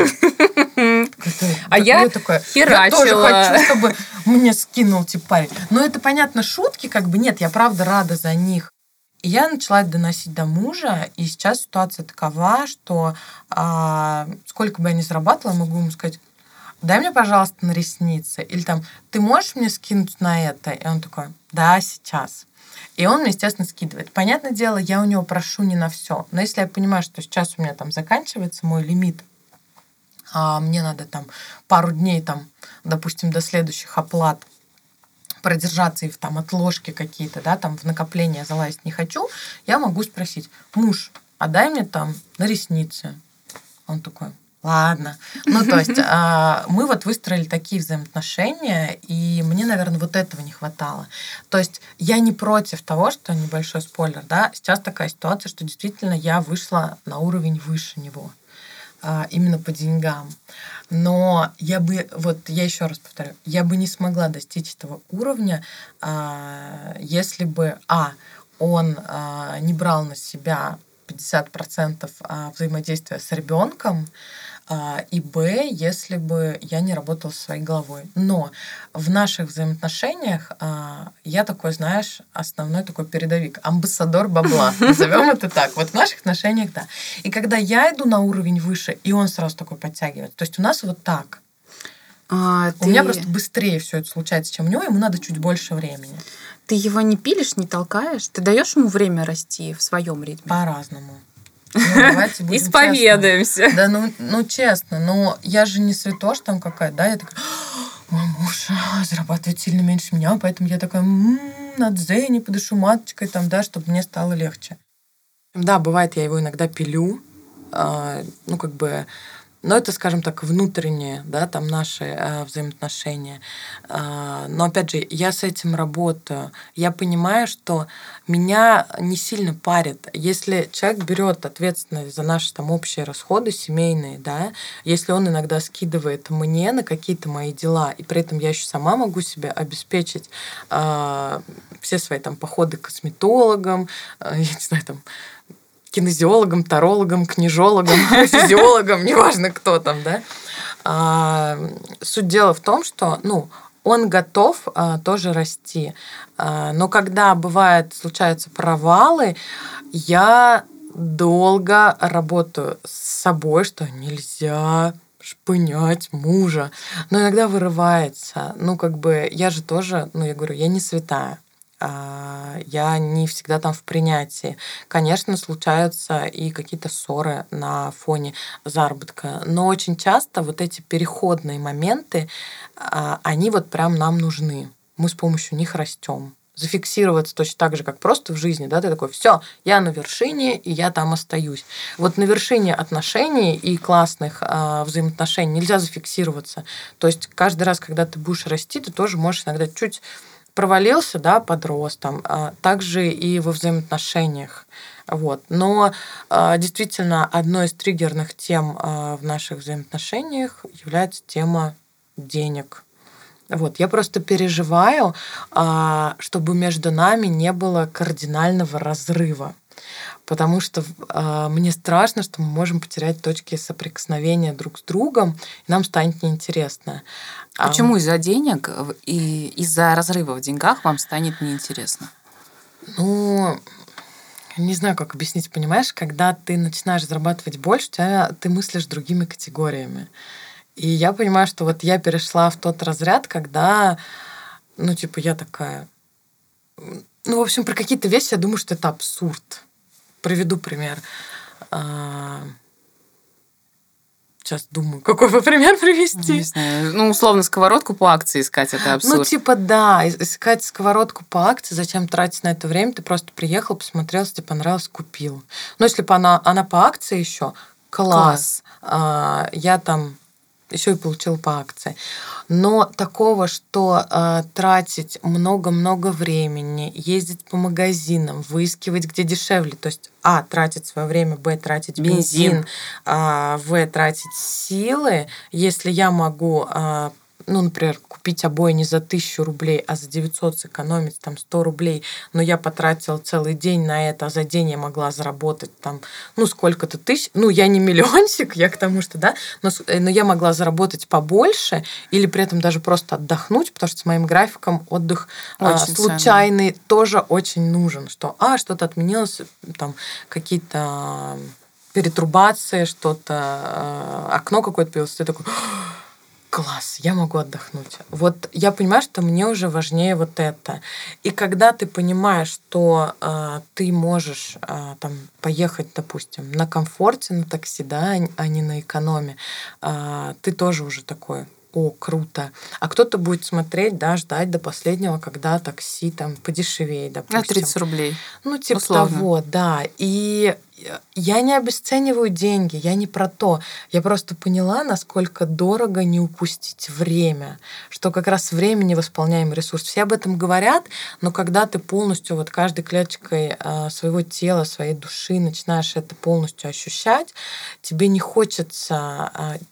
А я херачила. Я тоже хочу, чтобы мне скинул парень. Но это, понятно, шутки, нет, я правда рада за них. И я начала это доносить до мужа, и сейчас ситуация такова, что сколько бы я ни зарабатывала, я могу ему сказать, дай мне, пожалуйста, на ресницы. Или ты можешь мне скинуть на это? И он такой, да, сейчас. И он мне, естественно, скидывает. Понятное дело, я у него прошу не на все. Но если я понимаю, что сейчас у меня заканчивается мой лимит, мне надо пару дней, допустим, до следующих оплат продержаться и в отложки какие-то, в накопление залазить не хочу, я могу спросить, муж, а дай мне на ресницы. Он такой, ладно. То есть мы выстроили такие взаимоотношения, и мне, наверное, этого не хватало. То есть я не против того, что, небольшой спойлер, сейчас такая ситуация, что действительно я вышла на уровень выше него. Именно по деньгам. Но я еще раз повторю, я бы не смогла достичь этого уровня, если бы, он не брал на себя 50% взаимодействия с ребенком, и если бы я не работала со своей головой. Но в наших взаимоотношениях я такой, знаешь, основной такой передовик, амбассадор бабла, назовем это так. В наших отношениях, да. И когда я иду на уровень выше, и он сразу такой подтягивает. То есть у нас так. У меня просто быстрее все это случается, чем у него, ему надо чуть больше времени. Ты его не пилишь, не толкаешь? Ты даешь ему время расти в своем ритме? По-разному. Исповедуемся. Да, честно, но я же не святош какая-то, я такая, мой муж зарабатывает сильно меньше меня, поэтому я такая, на дзене подышу маточкой, чтобы мне стало легче. Да, бывает, я его иногда пилю, но это, скажем так, внутренние, наши взаимоотношения. Но, опять же, я с этим работаю. Я понимаю, что меня не сильно парит. Если человек берет ответственность за наши общие расходы семейные, если он иногда скидывает мне на какие-то мои дела, и при этом я еще сама могу себе обеспечить все свои походы к косметологам, я не знаю, кинезиологом, тарологом, книжологом, физиологом, неважно кто Суть дела в том, что, он готов тоже расти. Но когда случаются провалы, я долго работаю с собой, что нельзя шпынять мужа. Но иногда вырывается. Я же тоже, я говорю, я не святая. Я не всегда там в принятии. Конечно, случаются и какие-то ссоры на фоне заработка, но очень часто вот эти переходные моменты, они вот прям нам нужны. Мы с помощью них растем. Зафиксироваться точно так же, как просто в жизни, да, ты такой, все, я на вершине, и я там остаюсь. Вот на вершине отношений и классных взаимоотношений нельзя зафиксироваться. То есть каждый раз, когда ты будешь расти, ты тоже можешь иногда чуть провалился, да, подрос там, также и во взаимоотношениях. Вот. Но действительно одной из триггерных тем в наших взаимоотношениях является тема денег. Вот. Я просто переживаю, чтобы между нами не было кардинального разрыва. Потому что мне страшно, что мы можем потерять точки соприкосновения друг с другом, и нам станет неинтересно. Почему из-за денег и из-за разрыва в деньгах вам станет неинтересно? Не знаю, как объяснить, понимаешь, когда ты начинаешь зарабатывать больше, ты мыслишь другими категориями. И я понимаю, что вот я перешла в тот разряд, когда, я такая... в общем, про какие-то вещи я думаю, что это абсурд. Приведу пример. Сейчас думаю, какой бы пример привести. Не знаю. Условно, сковородку по акции искать, это абсурд. Да, искать сковородку по акции, зачем тратить на это время? Ты просто приехал, посмотрел, если тебе понравилось, купил. Но если бы она по акции еще, класс. Я там еще и получила по акции. Но такого, что тратить много-много времени, ездить по магазинам, выискивать, где дешевле, то есть тратить свое время, тратить бензин, тратить силы, если я могу, например, купить обои не за 1000 рублей, а за 900 сэкономить там 100 рублей, но я потратила целый день на это, а за день я могла заработать там, сколько-то тысяч. Я не миллионщик, я к тому, что, да, но я могла заработать побольше или при этом даже просто отдохнуть, потому что с моим графиком отдых случайный ценно. Тоже очень нужен, что что-то отменилось, там какие-то перетрубации, что-то, окно какое-то появилось, ты такой... Класс, я могу отдохнуть. Вот я понимаю, что мне уже важнее вот это. И когда ты понимаешь, что ты можешь там поехать, допустим, на комфорте, на такси, да, а не на экономе, ты тоже уже такой, круто. А кто-то будет смотреть, да, ждать до последнего, когда такси там подешевеет, допустим. На 30 рублей. Условно. Того, да. И я не обесцениваю деньги, я не про то. Я просто поняла, насколько дорого не упустить время, что как раз время невосполняемый ресурс. Все об этом говорят, но когда ты полностью вот каждой клеточкой своего тела, своей души начинаешь это полностью ощущать, тебе не хочется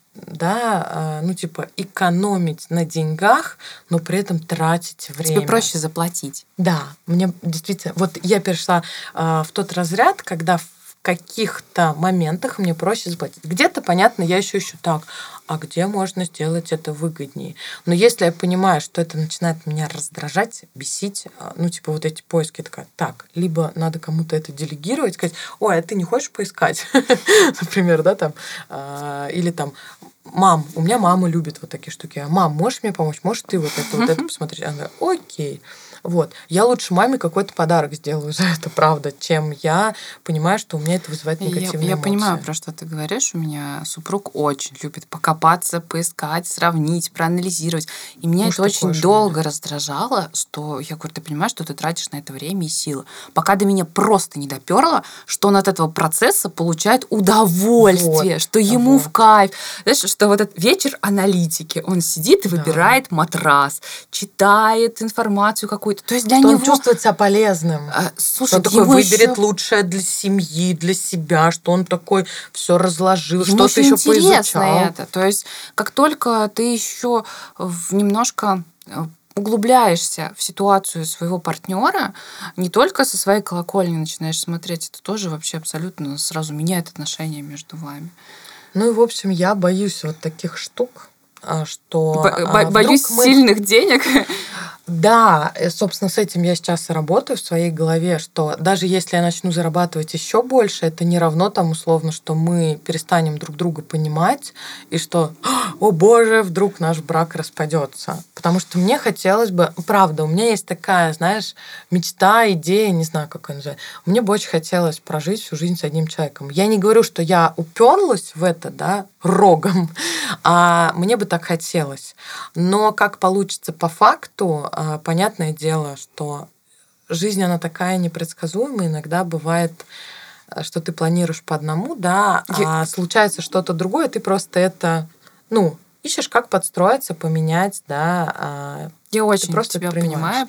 экономить на деньгах, но при этом тратить время. Тебе проще заплатить. Да, мне действительно... Вот я перешла в тот разряд, когда в каких-то моментах мне проще заплатить. Где-то, понятно, я еще ищу так, а где можно сделать это выгоднее? Но если я понимаю, что это начинает меня раздражать, бесить, вот эти поиски, я такая, либо надо кому-то это делегировать, сказать, а ты не хочешь поискать? Например, да, там, или там, мам, у меня мама любит вот такие штуки. Мам, можешь мне помочь? Можешь ты вот это посмотреть? Она говорит, окей. Вот. Я лучше маме какой-то подарок сделаю за это, правда, чем я понимаю, что у меня это вызывает негативные эмоции. Я понимаю, про что ты говоришь. У меня супруг очень любит покопаться, поискать, сравнить, проанализировать. И меня это очень долго раздражало, что я говорю, ты понимаешь, что ты тратишь на это время и силы. Пока до меня просто не доперло, что он от этого процесса получает удовольствие, что ему в кайф. Знаешь, что вот этот вечер аналитики, он сидит и выбирает матрас, читает информацию какую-то. То есть для него... он чувствует себя полезным. Слушай, он такой выберет лучшее для семьи, для себя, что он такой все разложил, ему что-то еще поизучал. Это. То есть как только ты еще немножко углубляешься в ситуацию своего партнера, не только со своей колокольни начинаешь смотреть, это тоже вообще абсолютно сразу меняет отношения между вами. Ну и, в общем, я боюсь вот таких штук, что... Боюсь сильных денег. Да, собственно, с этим я сейчас и работаю в своей голове, что даже если я начну зарабатывать еще больше, это не равно там условно, что мы перестанем друг друга понимать, и что, о боже, вдруг наш брак распадется. Потому что мне хотелось бы, правда, у меня есть такая, знаешь, мечта, идея, не знаю, как ее назвать. Мне бы очень хотелось прожить всю жизнь с одним человеком. Я не говорю, что я уперлась в это, да, рогом, а мне бы так хотелось. Но как получится по факту, понятное дело, что жизнь, она такая непредсказуемая. Иногда бывает, что ты планируешь по одному, да, а случается что-то другое, ты просто это, ищешь, как подстроиться, поменять, да. Я очень тебя понимаю,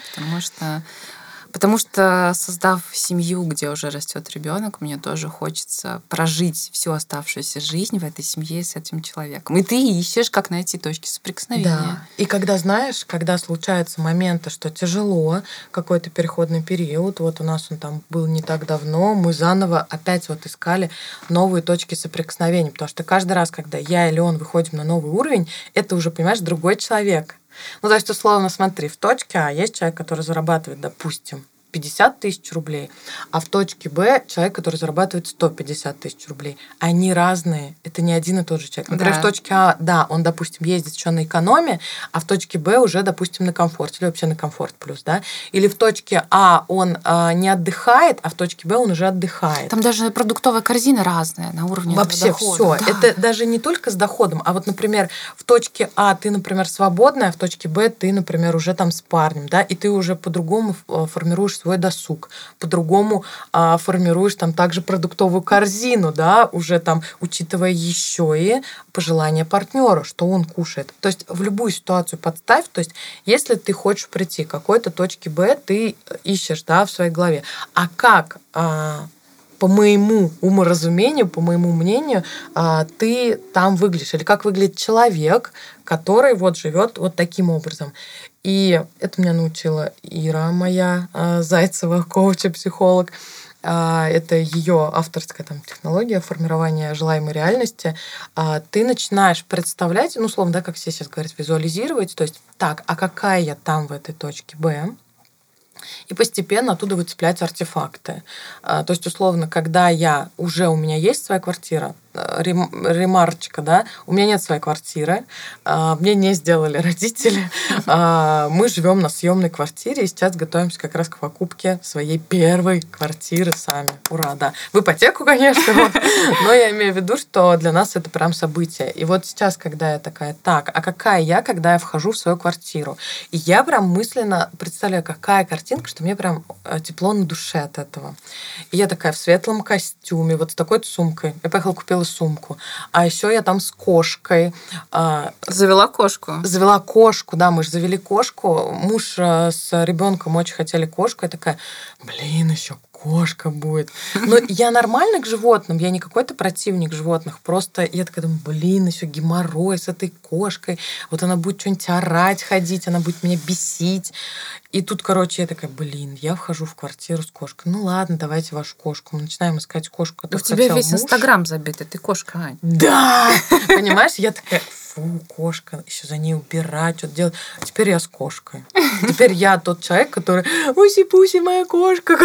потому что, создав семью, где уже растет ребенок, мне тоже хочется прожить всю оставшуюся жизнь в этой семье с этим человеком. И ты ищешь, как найти точки соприкосновения. Да. И когда, знаешь, когда случаются моменты, что тяжело, какой-то переходный период, вот у нас он там был не так давно, мы заново опять вот искали новые точки соприкосновения, потому что каждый раз, когда я или он выходим на новый уровень, это уже, понимаешь, другой человек. То есть, условно, смотри, в точке А есть человек, который зарабатывает, допустим, 50 тысяч рублей, а в точке Б человек, который зарабатывает 150 тысяч рублей. Они разные. Это не один и тот же человек. Например, в точке А, да, он, допустим, ездит еще на экономе, а в точке Б уже, допустим, на комфорте, или вообще на комфорт плюс, да. Или в точке А он не отдыхает, а в точке Б он уже отдыхает. Там даже продуктовая корзина разная на уровне вообще этого дохода. Все. Да. Это даже не только с доходом, а вот, например, в точке А ты, например, свободная, а в точке Б ты, например, уже там с парнем, да, и ты уже по-другому формируешь свой досуг, по-другому формируешь там также продуктовую корзину, да, уже там учитывая еще и пожелания партнера, что он кушает. То есть в любую ситуацию подставь, то есть если ты хочешь прийти к какой-то точке Б, ты ищешь, да, в своей голове. А как по моему уморазумению, по моему мнению, ты там выглядишь, или как выглядит человек, который вот живет вот таким образом. И это меня научила Ира, моя Зайцева, коуч и психолог. Это ее авторская там технология формирования желаемой реальности. Ты начинаешь представлять, условно, да, как все сейчас говорят, визуализировать, то есть, так, а какая я там в этой точке Б? И постепенно оттуда выцеплять артефакты. То есть, условно, когда у меня есть своя квартира, ремарочка, да, у меня нет своей квартиры, мне не сделали родители, мы живем на съемной квартире и сейчас готовимся как раз к покупке своей первой квартиры сами. Ура, да. В ипотеку, конечно, но я имею в виду, что для нас это прям событие. И вот сейчас, когда я такая, так, а какая я, когда я вхожу в свою квартиру? И я прям мысленно представляю, какая картинка, что мне прям тепло на душе от этого. И я такая в светлом костюме, вот с такой сумкой. Я поехала, купила сумку. А еще я там с кошкой. Завела кошку? Завела кошку, да, мы же завели кошку. Муж с ребенком очень хотели кошку. Я такая, еще кошка будет. Но я нормально к животным, я не какой-то противник животных, просто я такая думаю, еще геморрой с этой кошкой, вот она будет что-нибудь орать, ходить, она будет меня бесить. И тут, я такая, я вхожу в квартиру с кошкой. Ну ладно, давайте вашу кошку. Мы начинаем искать кошку. У тебя весь Инстаграм забит этой кошкой, Ань. Да! Понимаешь, я такая, кошка, еще за ней убирать, что-то делать. А теперь я с кошкой. Теперь я тот человек, который, уси-пуси, моя кошка,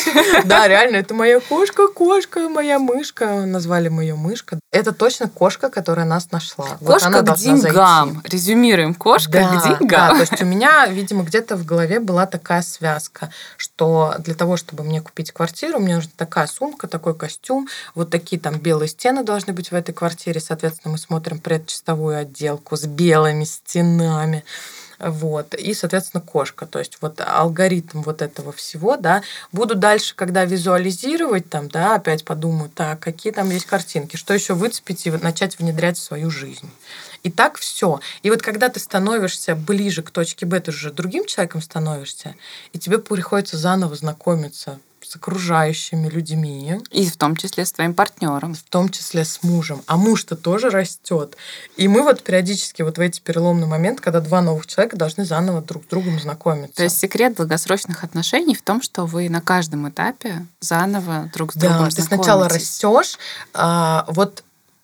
Да, реально, это моя кошка, моя мышка. Назвали мы ее мышка. Это точно кошка, которая нас нашла. Кошка к деньгам. Резюмируем. Кошка к деньгам. Да, то есть у меня, видимо, где-то в голове была такая связка, что для того, чтобы мне купить квартиру, мне нужна такая сумка, такой костюм, вот такие там белые стены должны быть в этой квартире. Соответственно, мы смотрим предчистовую отделку с белыми стенами. Вот. И, соответственно, кошка. То есть вот алгоритм вот этого всего, да. Буду дальше, когда визуализировать, там, да, опять подумаю, так, какие там есть картинки, что еще выцепить и начать внедрять в свою жизнь. И так все. И вот когда ты становишься ближе к точке Б, ты уже другим человеком становишься, и тебе приходится заново знакомиться с окружающими людьми. И в том числе с твоим партнером. В том числе с мужем. А муж-то тоже растет. И мы вот периодически вот в эти переломные моменты, когда два новых человека должны заново друг с другом знакомиться. То есть секрет долгосрочных отношений в том, что вы на каждом этапе заново друг с другом знакомитесь. Ты сначала растешь, вот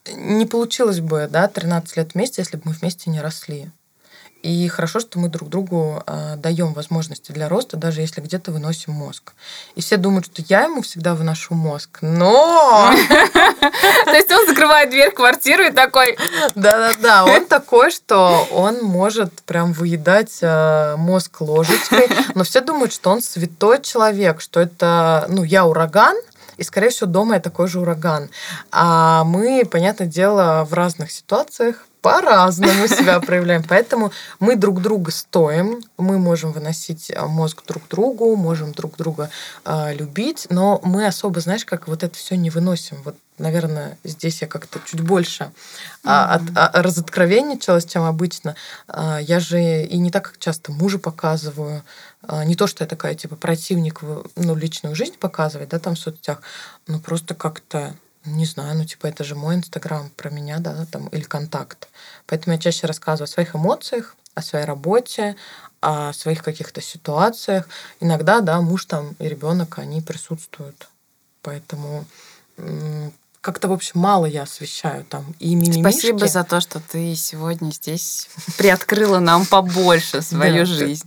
не получилось бы, да, 13 лет вместе, если бы мы вместе не росли. И хорошо, что мы друг другу даем возможности для роста, даже если где-то выносим мозг. И все думают, что я ему всегда выношу мозг. Но! То есть он закрывает дверь в квартиру и такой... Да-да-да, он такой, что он может прям выедать мозг ложечкой. Но все думают, что он святой человек, что это, я ураган, и, скорее всего, дома я такой же ураган. А мы, понятное дело, в разных ситуациях по-разному себя проявляем. Поэтому мы друг друга стоим, мы можем выносить мозг друг другу, можем друг друга любить, но мы особо, знаешь, как вот это все не выносим. Вот, наверное, здесь я как-то чуть больше разоткровенничалась, чем обычно. Я же и не так часто мужа показываю. Не то, что я такая, типа, противник, личную жизнь показывать, да, там в соцсетях, но просто как-то не знаю, это же мой Инстаграм про меня, да, там, или контакт. Поэтому я чаще рассказываю о своих эмоциях, о своей работе, о своих каких-то ситуациях. Иногда, да, муж там и ребенок, они присутствуют. Поэтому как-то, в общем, мало я освещаю там и мимимишки. Спасибо за то, что ты сегодня здесь приоткрыла нам побольше свою жизнь.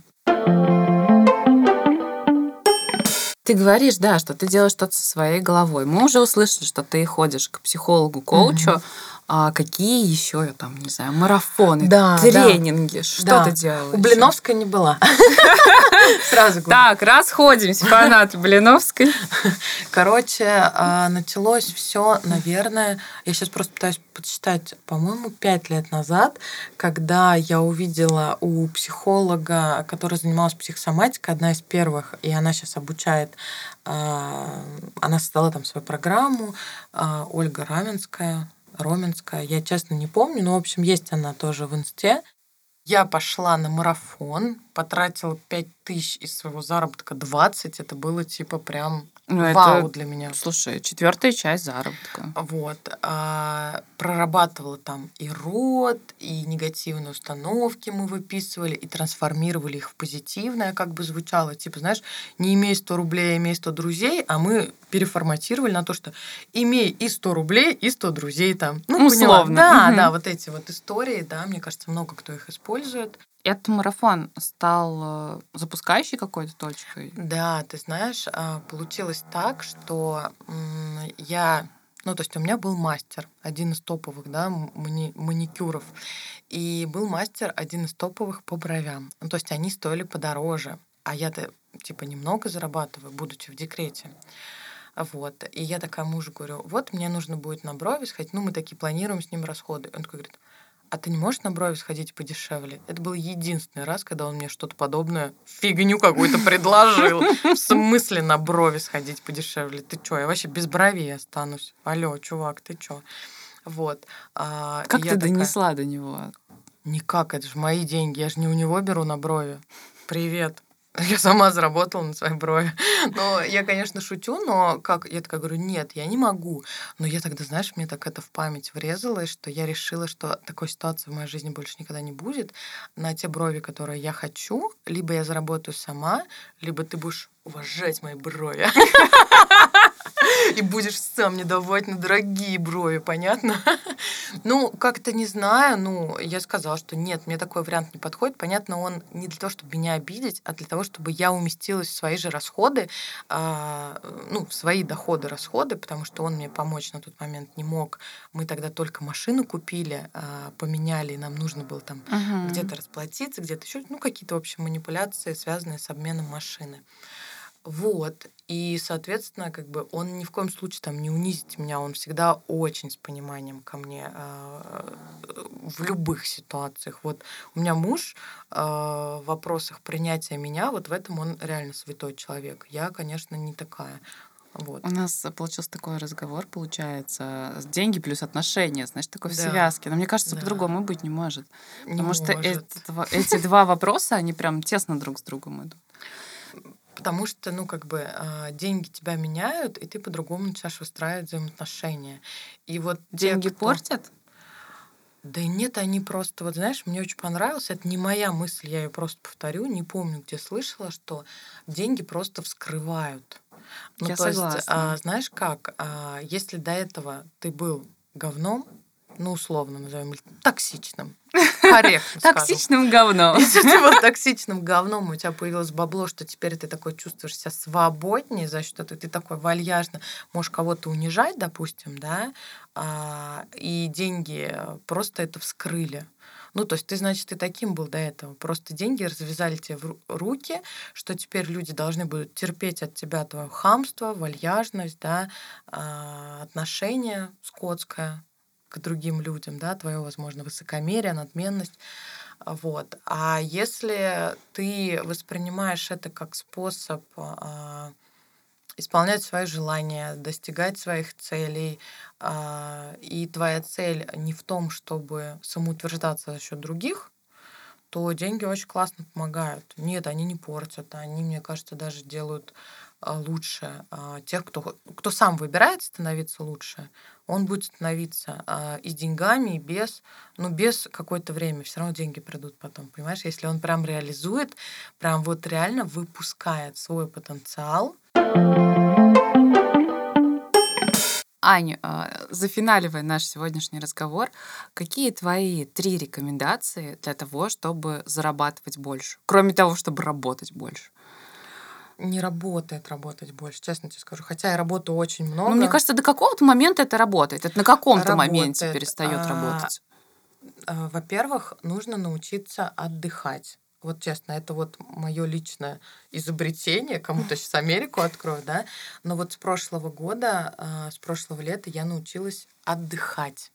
Ты говоришь, да, что ты делаешь что-то со своей головой. Мы уже услышали, что ты ходишь к психологу, коучу. А какие еще, там, не знаю, марафоны, тренинги? Что ты делаешь? У Блиновской не была. Сразу говорю. Так, расходимся, фанаты Блиновской. Короче, началось все, наверное, я сейчас просто пытаюсь подсчитать, по-моему, 5 лет назад, когда я увидела у психолога, которая занималась психосоматикой, одна из первых, и она сейчас обучает, она создала там свою программу, Ольга Роменская, я честно не помню, но, в общем, есть она тоже в Инсте. Я пошла на марафон, потратила 5000 из своего заработка 20. Это было типа прям вау для меня. Слушай, 4-я часть заработка. Вот. Прорабатывала там и род, и негативные установки мы выписывали, и трансформировали их в позитивное, как бы звучало. Типа, знаешь, не имей 100 рублей, а имей 100 друзей, а мы переформатировали на то, что имей и 100 рублей, и 100 друзей там. Условно. Да, вот эти вот истории, да, мне кажется, много кто их использует. Этот марафон стал запускающей какой-то точкой? Да, ты знаешь, получилось так, что я... то есть у меня был мастер, один из топовых, да, маникюров. И был мастер, один из топовых по бровям. То есть они стоили подороже. А я-то, типа, немного зарабатываю, будучи в декрете. Вот. И я такая мужу говорю, вот мне нужно будет на брови сходить. Мы такие планируем с ним расходы. Он такой говорит, а ты не можешь на брови сходить подешевле? Это был единственный раз, когда он мне что-то подобное, фигню какую-то предложил. В смысле на брови сходить подешевле? Ты чё, я вообще без бровей останусь. Алло, чувак, ты чё? Вот. Как ты донесла до него? Никак, это же мои деньги. Я же не у него беру на брови. Привет. Я сама заработала на своей брови. Но я, конечно, шучу, но я такая говорю, нет, я не могу. Но я тогда, знаешь, мне так это в память врезалось, что я решила, что такой ситуации в моей жизни больше никогда не будет. На те брови, которые я хочу, либо я заработаю сама, либо ты будешь уважать мои брови. И будешь сам мне давать на дорогие брови, понятно? Как-то не знаю, я сказала, что нет, мне такой вариант не подходит. Понятно, он не для того, чтобы меня обидеть, а для того, чтобы я уместилась в свои же расходы, в свои доходы-расходы, потому что он мне помочь на тот момент не мог. Мы тогда только машину купили, поменяли, и нам нужно было там где-то расплатиться, где-то еще, какие-то, в общем, манипуляции, связанные с обменом машины. Вот. И, соответственно, он ни в коем случае там не унизит меня, он всегда очень с пониманием ко мне в любых ситуациях. Вот у меня муж в вопросах принятия меня, вот в этом он реально святой человек. Я, конечно, не такая. Вот. У нас получился такой разговор, получается, деньги плюс отношения, знаешь, такой в связке. Но мне кажется, по-другому быть не может. Потому что эти два вопроса, они прям тесно друг с другом идут. Потому что, деньги тебя меняют, и ты по-другому начинаешь выстраивать взаимоотношения. И вот деньги портят? Да нет, они просто, вот знаешь, мне очень понравилось, это не моя мысль, я ее просто повторю, не помню, где слышала, что деньги просто вскрывают. Я согласна. Знаешь как, если до этого ты был говном, ну, условно назовем, токсичным. Корректно скажем. Токсичным говном. Если у тебя токсичным говном, у тебя появилось бабло, что теперь ты такой чувствуешь себя свободнее за счет этого, ты такой вальяжно можешь кого-то унижать, допустим, да, и деньги просто это вскрыли. Ну, то есть ты, значит, и таким был до этого. Просто деньги развязали тебе в руки, что теперь люди должны будут терпеть от тебя твое хамство, вальяжность, да, отношение скотское к другим людям, да, твое, возможно, высокомерие, надменность. Вот. А если ты воспринимаешь это как способ исполнять свои желания, достигать своих целей, и твоя цель не в том, чтобы самоутверждаться за счет других, то деньги очень классно помогают. Нет, они не портят, они, мне кажется, даже делают лучше тех, кто сам выбирает становиться лучше, он будет становиться и с деньгами, и без какое-то время. Все равно деньги придут потом, понимаешь? Если он прям реализует, прям вот реально выпускает свой потенциал. Ань, зафиналивая наш сегодняшний разговор, какие твои 3 рекомендации для того, чтобы зарабатывать больше? Кроме того, чтобы работать больше. Не работает работать больше, честно тебе скажу. Хотя я работаю очень много. Ну, мне кажется, до какого-то момента это работает. Это на каком-то моменте перестает работать. Во-первых, нужно научиться отдыхать. Вот честно, это вот мое личное изобретение. Кому-то сейчас Америку открою, да. Но вот с прошлого года, с прошлого лета я научилась отдыхать.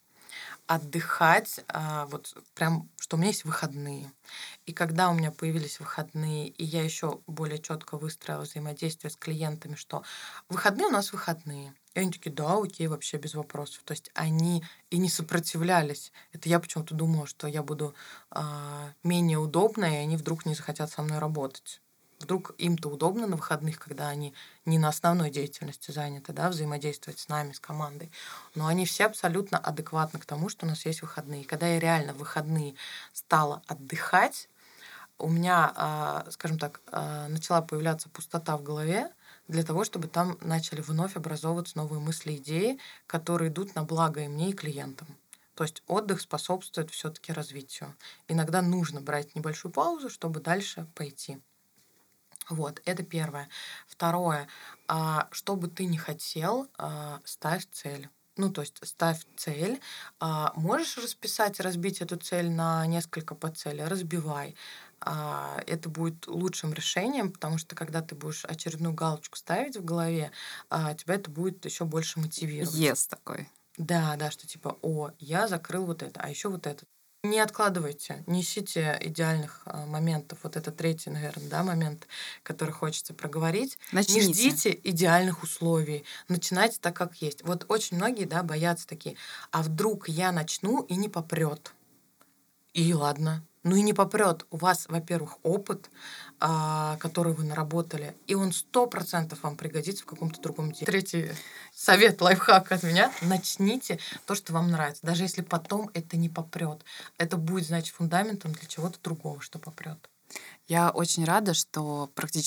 Вот прям, что у меня есть выходные. И когда у меня появились выходные, и я еще более четко выстроила взаимодействие с клиентами, что выходные у нас выходные. И они такие, да, окей, вообще без вопросов. То есть они и не сопротивлялись. Это я почему-то думала, что я буду менее удобной, и они вдруг не захотят со мной работать. Вдруг им-то удобно на выходных, когда они не на основной деятельности заняты, да, взаимодействовать с нами, с командой. Но они все абсолютно адекватны к тому, что у нас есть выходные. И когда я реально в выходные стала отдыхать, у меня, скажем так, начала появляться пустота в голове для того, чтобы там начали вновь образовываться новые мысли, идеи, которые идут на благо и мне, и клиентам. То есть отдых способствует все-таки развитию. Иногда нужно брать небольшую паузу, чтобы дальше пойти. Вот, это первое. Второе, что бы ты ни хотел, ставь цель. Ну, то есть ставь цель. Можешь расписать, разбить эту цель на несколько подцелей, разбивай. Это будет лучшим решением, потому что когда ты будешь очередную галочку ставить в голове, тебя это будет еще больше мотивировать. Yes такой. Да, что типа, я закрыл вот это, а еще вот это. Не откладывайте, не ищите идеальных моментов. Вот это третий, наверное, да, момент, который хочется проговорить. Начните. Не ждите идеальных условий. Начинайте так, как есть. Вот очень многие, да, боятся такие, а вдруг я начну и не попрет. И ладно. Ну и не попрет. У вас, во-первых, опыт, который вы наработали, и он 100% вам пригодится в каком-то другом деле. Третий совет, лайфхак от меня. Начните то, что вам нравится. Даже если потом это не попрет. Это будет, значит, фундаментом для чего-то другого, что попрет. Я очень рада, что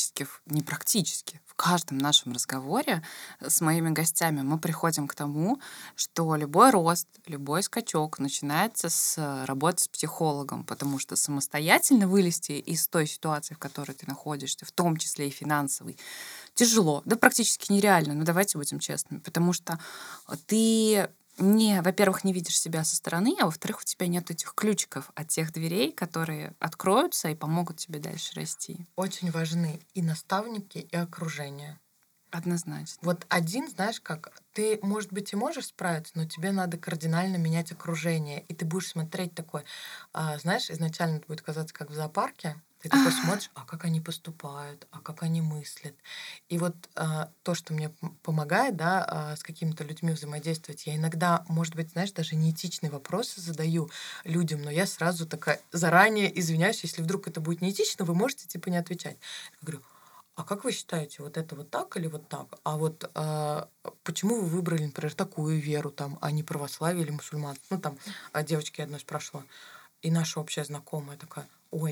в каждом нашем разговоре с моими гостями мы приходим к тому, что любой рост, любой скачок начинается с работы с психологом, потому что самостоятельно вылезти из той ситуации, в которой ты находишься, в том числе и финансовой, тяжело, да практически нереально, но давайте будем честными, потому что ты во-первых, не видишь себя со стороны, а во-вторых, у тебя нет этих ключиков от тех дверей, которые откроются и помогут тебе дальше расти. Очень важны и наставники, и окружение. Однозначно. Вот один, знаешь, как ты, может быть, и можешь справиться, но тебе надо кардинально менять окружение. И ты будешь смотреть такой, знаешь, изначально это будет казаться как в зоопарке. Ты такой смотришь, как они поступают, как они мыслят. И вот то, что мне помогает, да, с какими-то людьми взаимодействовать, я иногда, может быть, знаешь, даже неэтичные вопросы задаю людям, но я сразу такая заранее извиняюсь, если вдруг это будет неэтично, вы можете типа не отвечать. Я говорю, а как вы считаете, вот это вот так или вот так? А вот почему вы выбрали, например, такую веру, там, а не православие или мусульман? Ну, там, девочки одной спрашивала. И наша общая знакомая такая,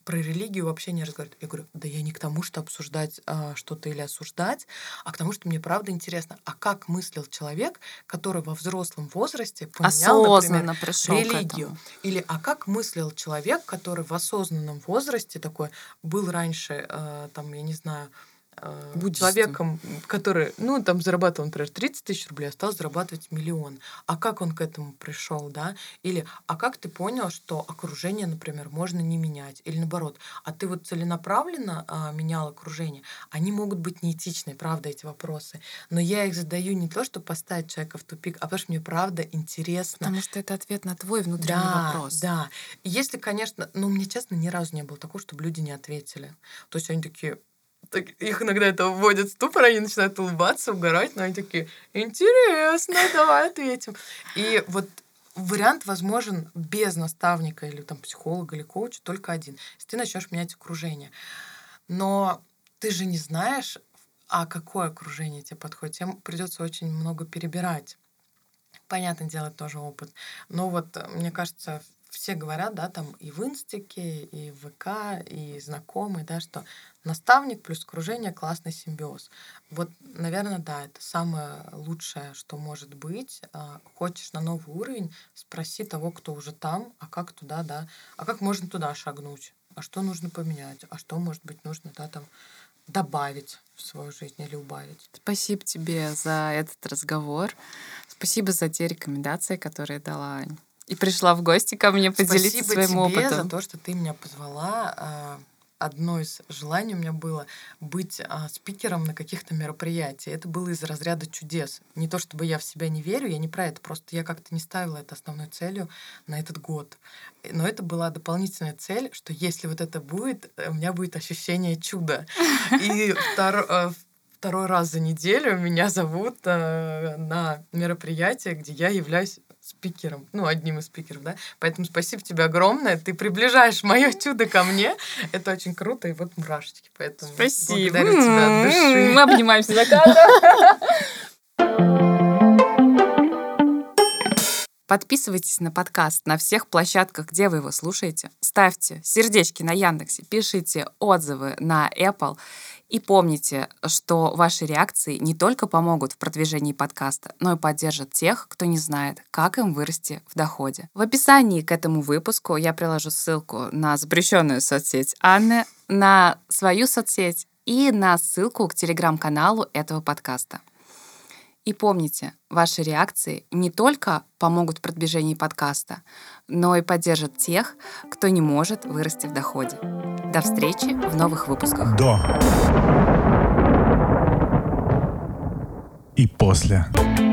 про религию вообще не разговаривают. Я говорю, да я не к тому, что обсуждать что-то или осуждать, а к тому, что мне правда интересно, а как мыслил человек, который во взрослом возрасте поменял, осознанно например, религию. Или а как мыслил человек, который в осознанном возрасте такой был раньше, там, я не знаю, человеком, который, там зарабатывал, например, 30 тысяч рублей, а стал зарабатывать 1 миллион. А как он к этому пришел, да? Или, а как ты понял, что окружение, например, можно не менять? Или наоборот, а ты вот целенаправленно менял окружение? Они могут быть неэтичны, правда, эти вопросы. Но я их задаю не то, чтобы поставить человека в тупик, а потому что мне правда интересно. Потому что это ответ на твой внутренний вопрос. Да. Если, конечно, мне, честно, ни разу не было такого, чтобы люди не ответили. То есть они такие... их иногда это вводит в ступор, они начинают улыбаться, угорать, но они такие, интересно, давай ответим. И вот вариант возможен без наставника или там психолога или коуча только один. Если ты начнешь менять окружение. Но ты же не знаешь, а какое окружение тебе подходит. Тебе придется очень много перебирать. Понятное дело, тоже опыт. Но вот, мне кажется, все говорят, да, там и в Инстике, и в ВК, и знакомые, да, что наставник плюс окружение — классный симбиоз. Вот, наверное, да, это самое лучшее, что может быть. Хочешь на новый уровень, спроси того, кто уже там, а как туда, да, а как можно туда шагнуть, а что нужно поменять, а что, может быть, нужно, да, там, добавить в свою жизнь или убавить. Спасибо тебе за этот разговор. Спасибо за те рекомендации, которые дала Ань. И пришла в гости ко мне поделиться своим опытом. Спасибо тебе за то, что ты меня позвала. Одно из желаний у меня было быть спикером на каких-то мероприятиях. Это было из разряда чудес. Не то чтобы я в себя не верю, я не про это. Просто я как-то не ставила это основной целью на этот год. Но это была дополнительная цель, что если вот это будет, у меня будет ощущение чуда. И второй раз за неделю меня зовут на мероприятие, где я являюсь спикером, одним из спикеров, да. Поэтому спасибо тебе огромное. Ты приближаешь мое чудо ко мне. Это очень круто. И вот мурашечки. Поэтому спасибо. Благодарю тебя от души. Мы обнимаемся за кадром. Подписывайтесь на подкаст на всех площадках, где вы его слушаете. Ставьте сердечки на Яндексе, пишите отзывы на Apple. И помните, что ваши реакции не только помогут в продвижении подкаста, но и поддержат тех, кто не знает, как им вырасти в доходе. В описании к этому выпуску я приложу ссылку на запрещенную соцсеть Анны, на свою соцсеть и на ссылку к телеграм-каналу этого подкаста. И помните, ваши реакции не только помогут в продвижении подкаста, но и поддержат тех, кто не может вырасти в доходе. До встречи в новых выпусках. До и после.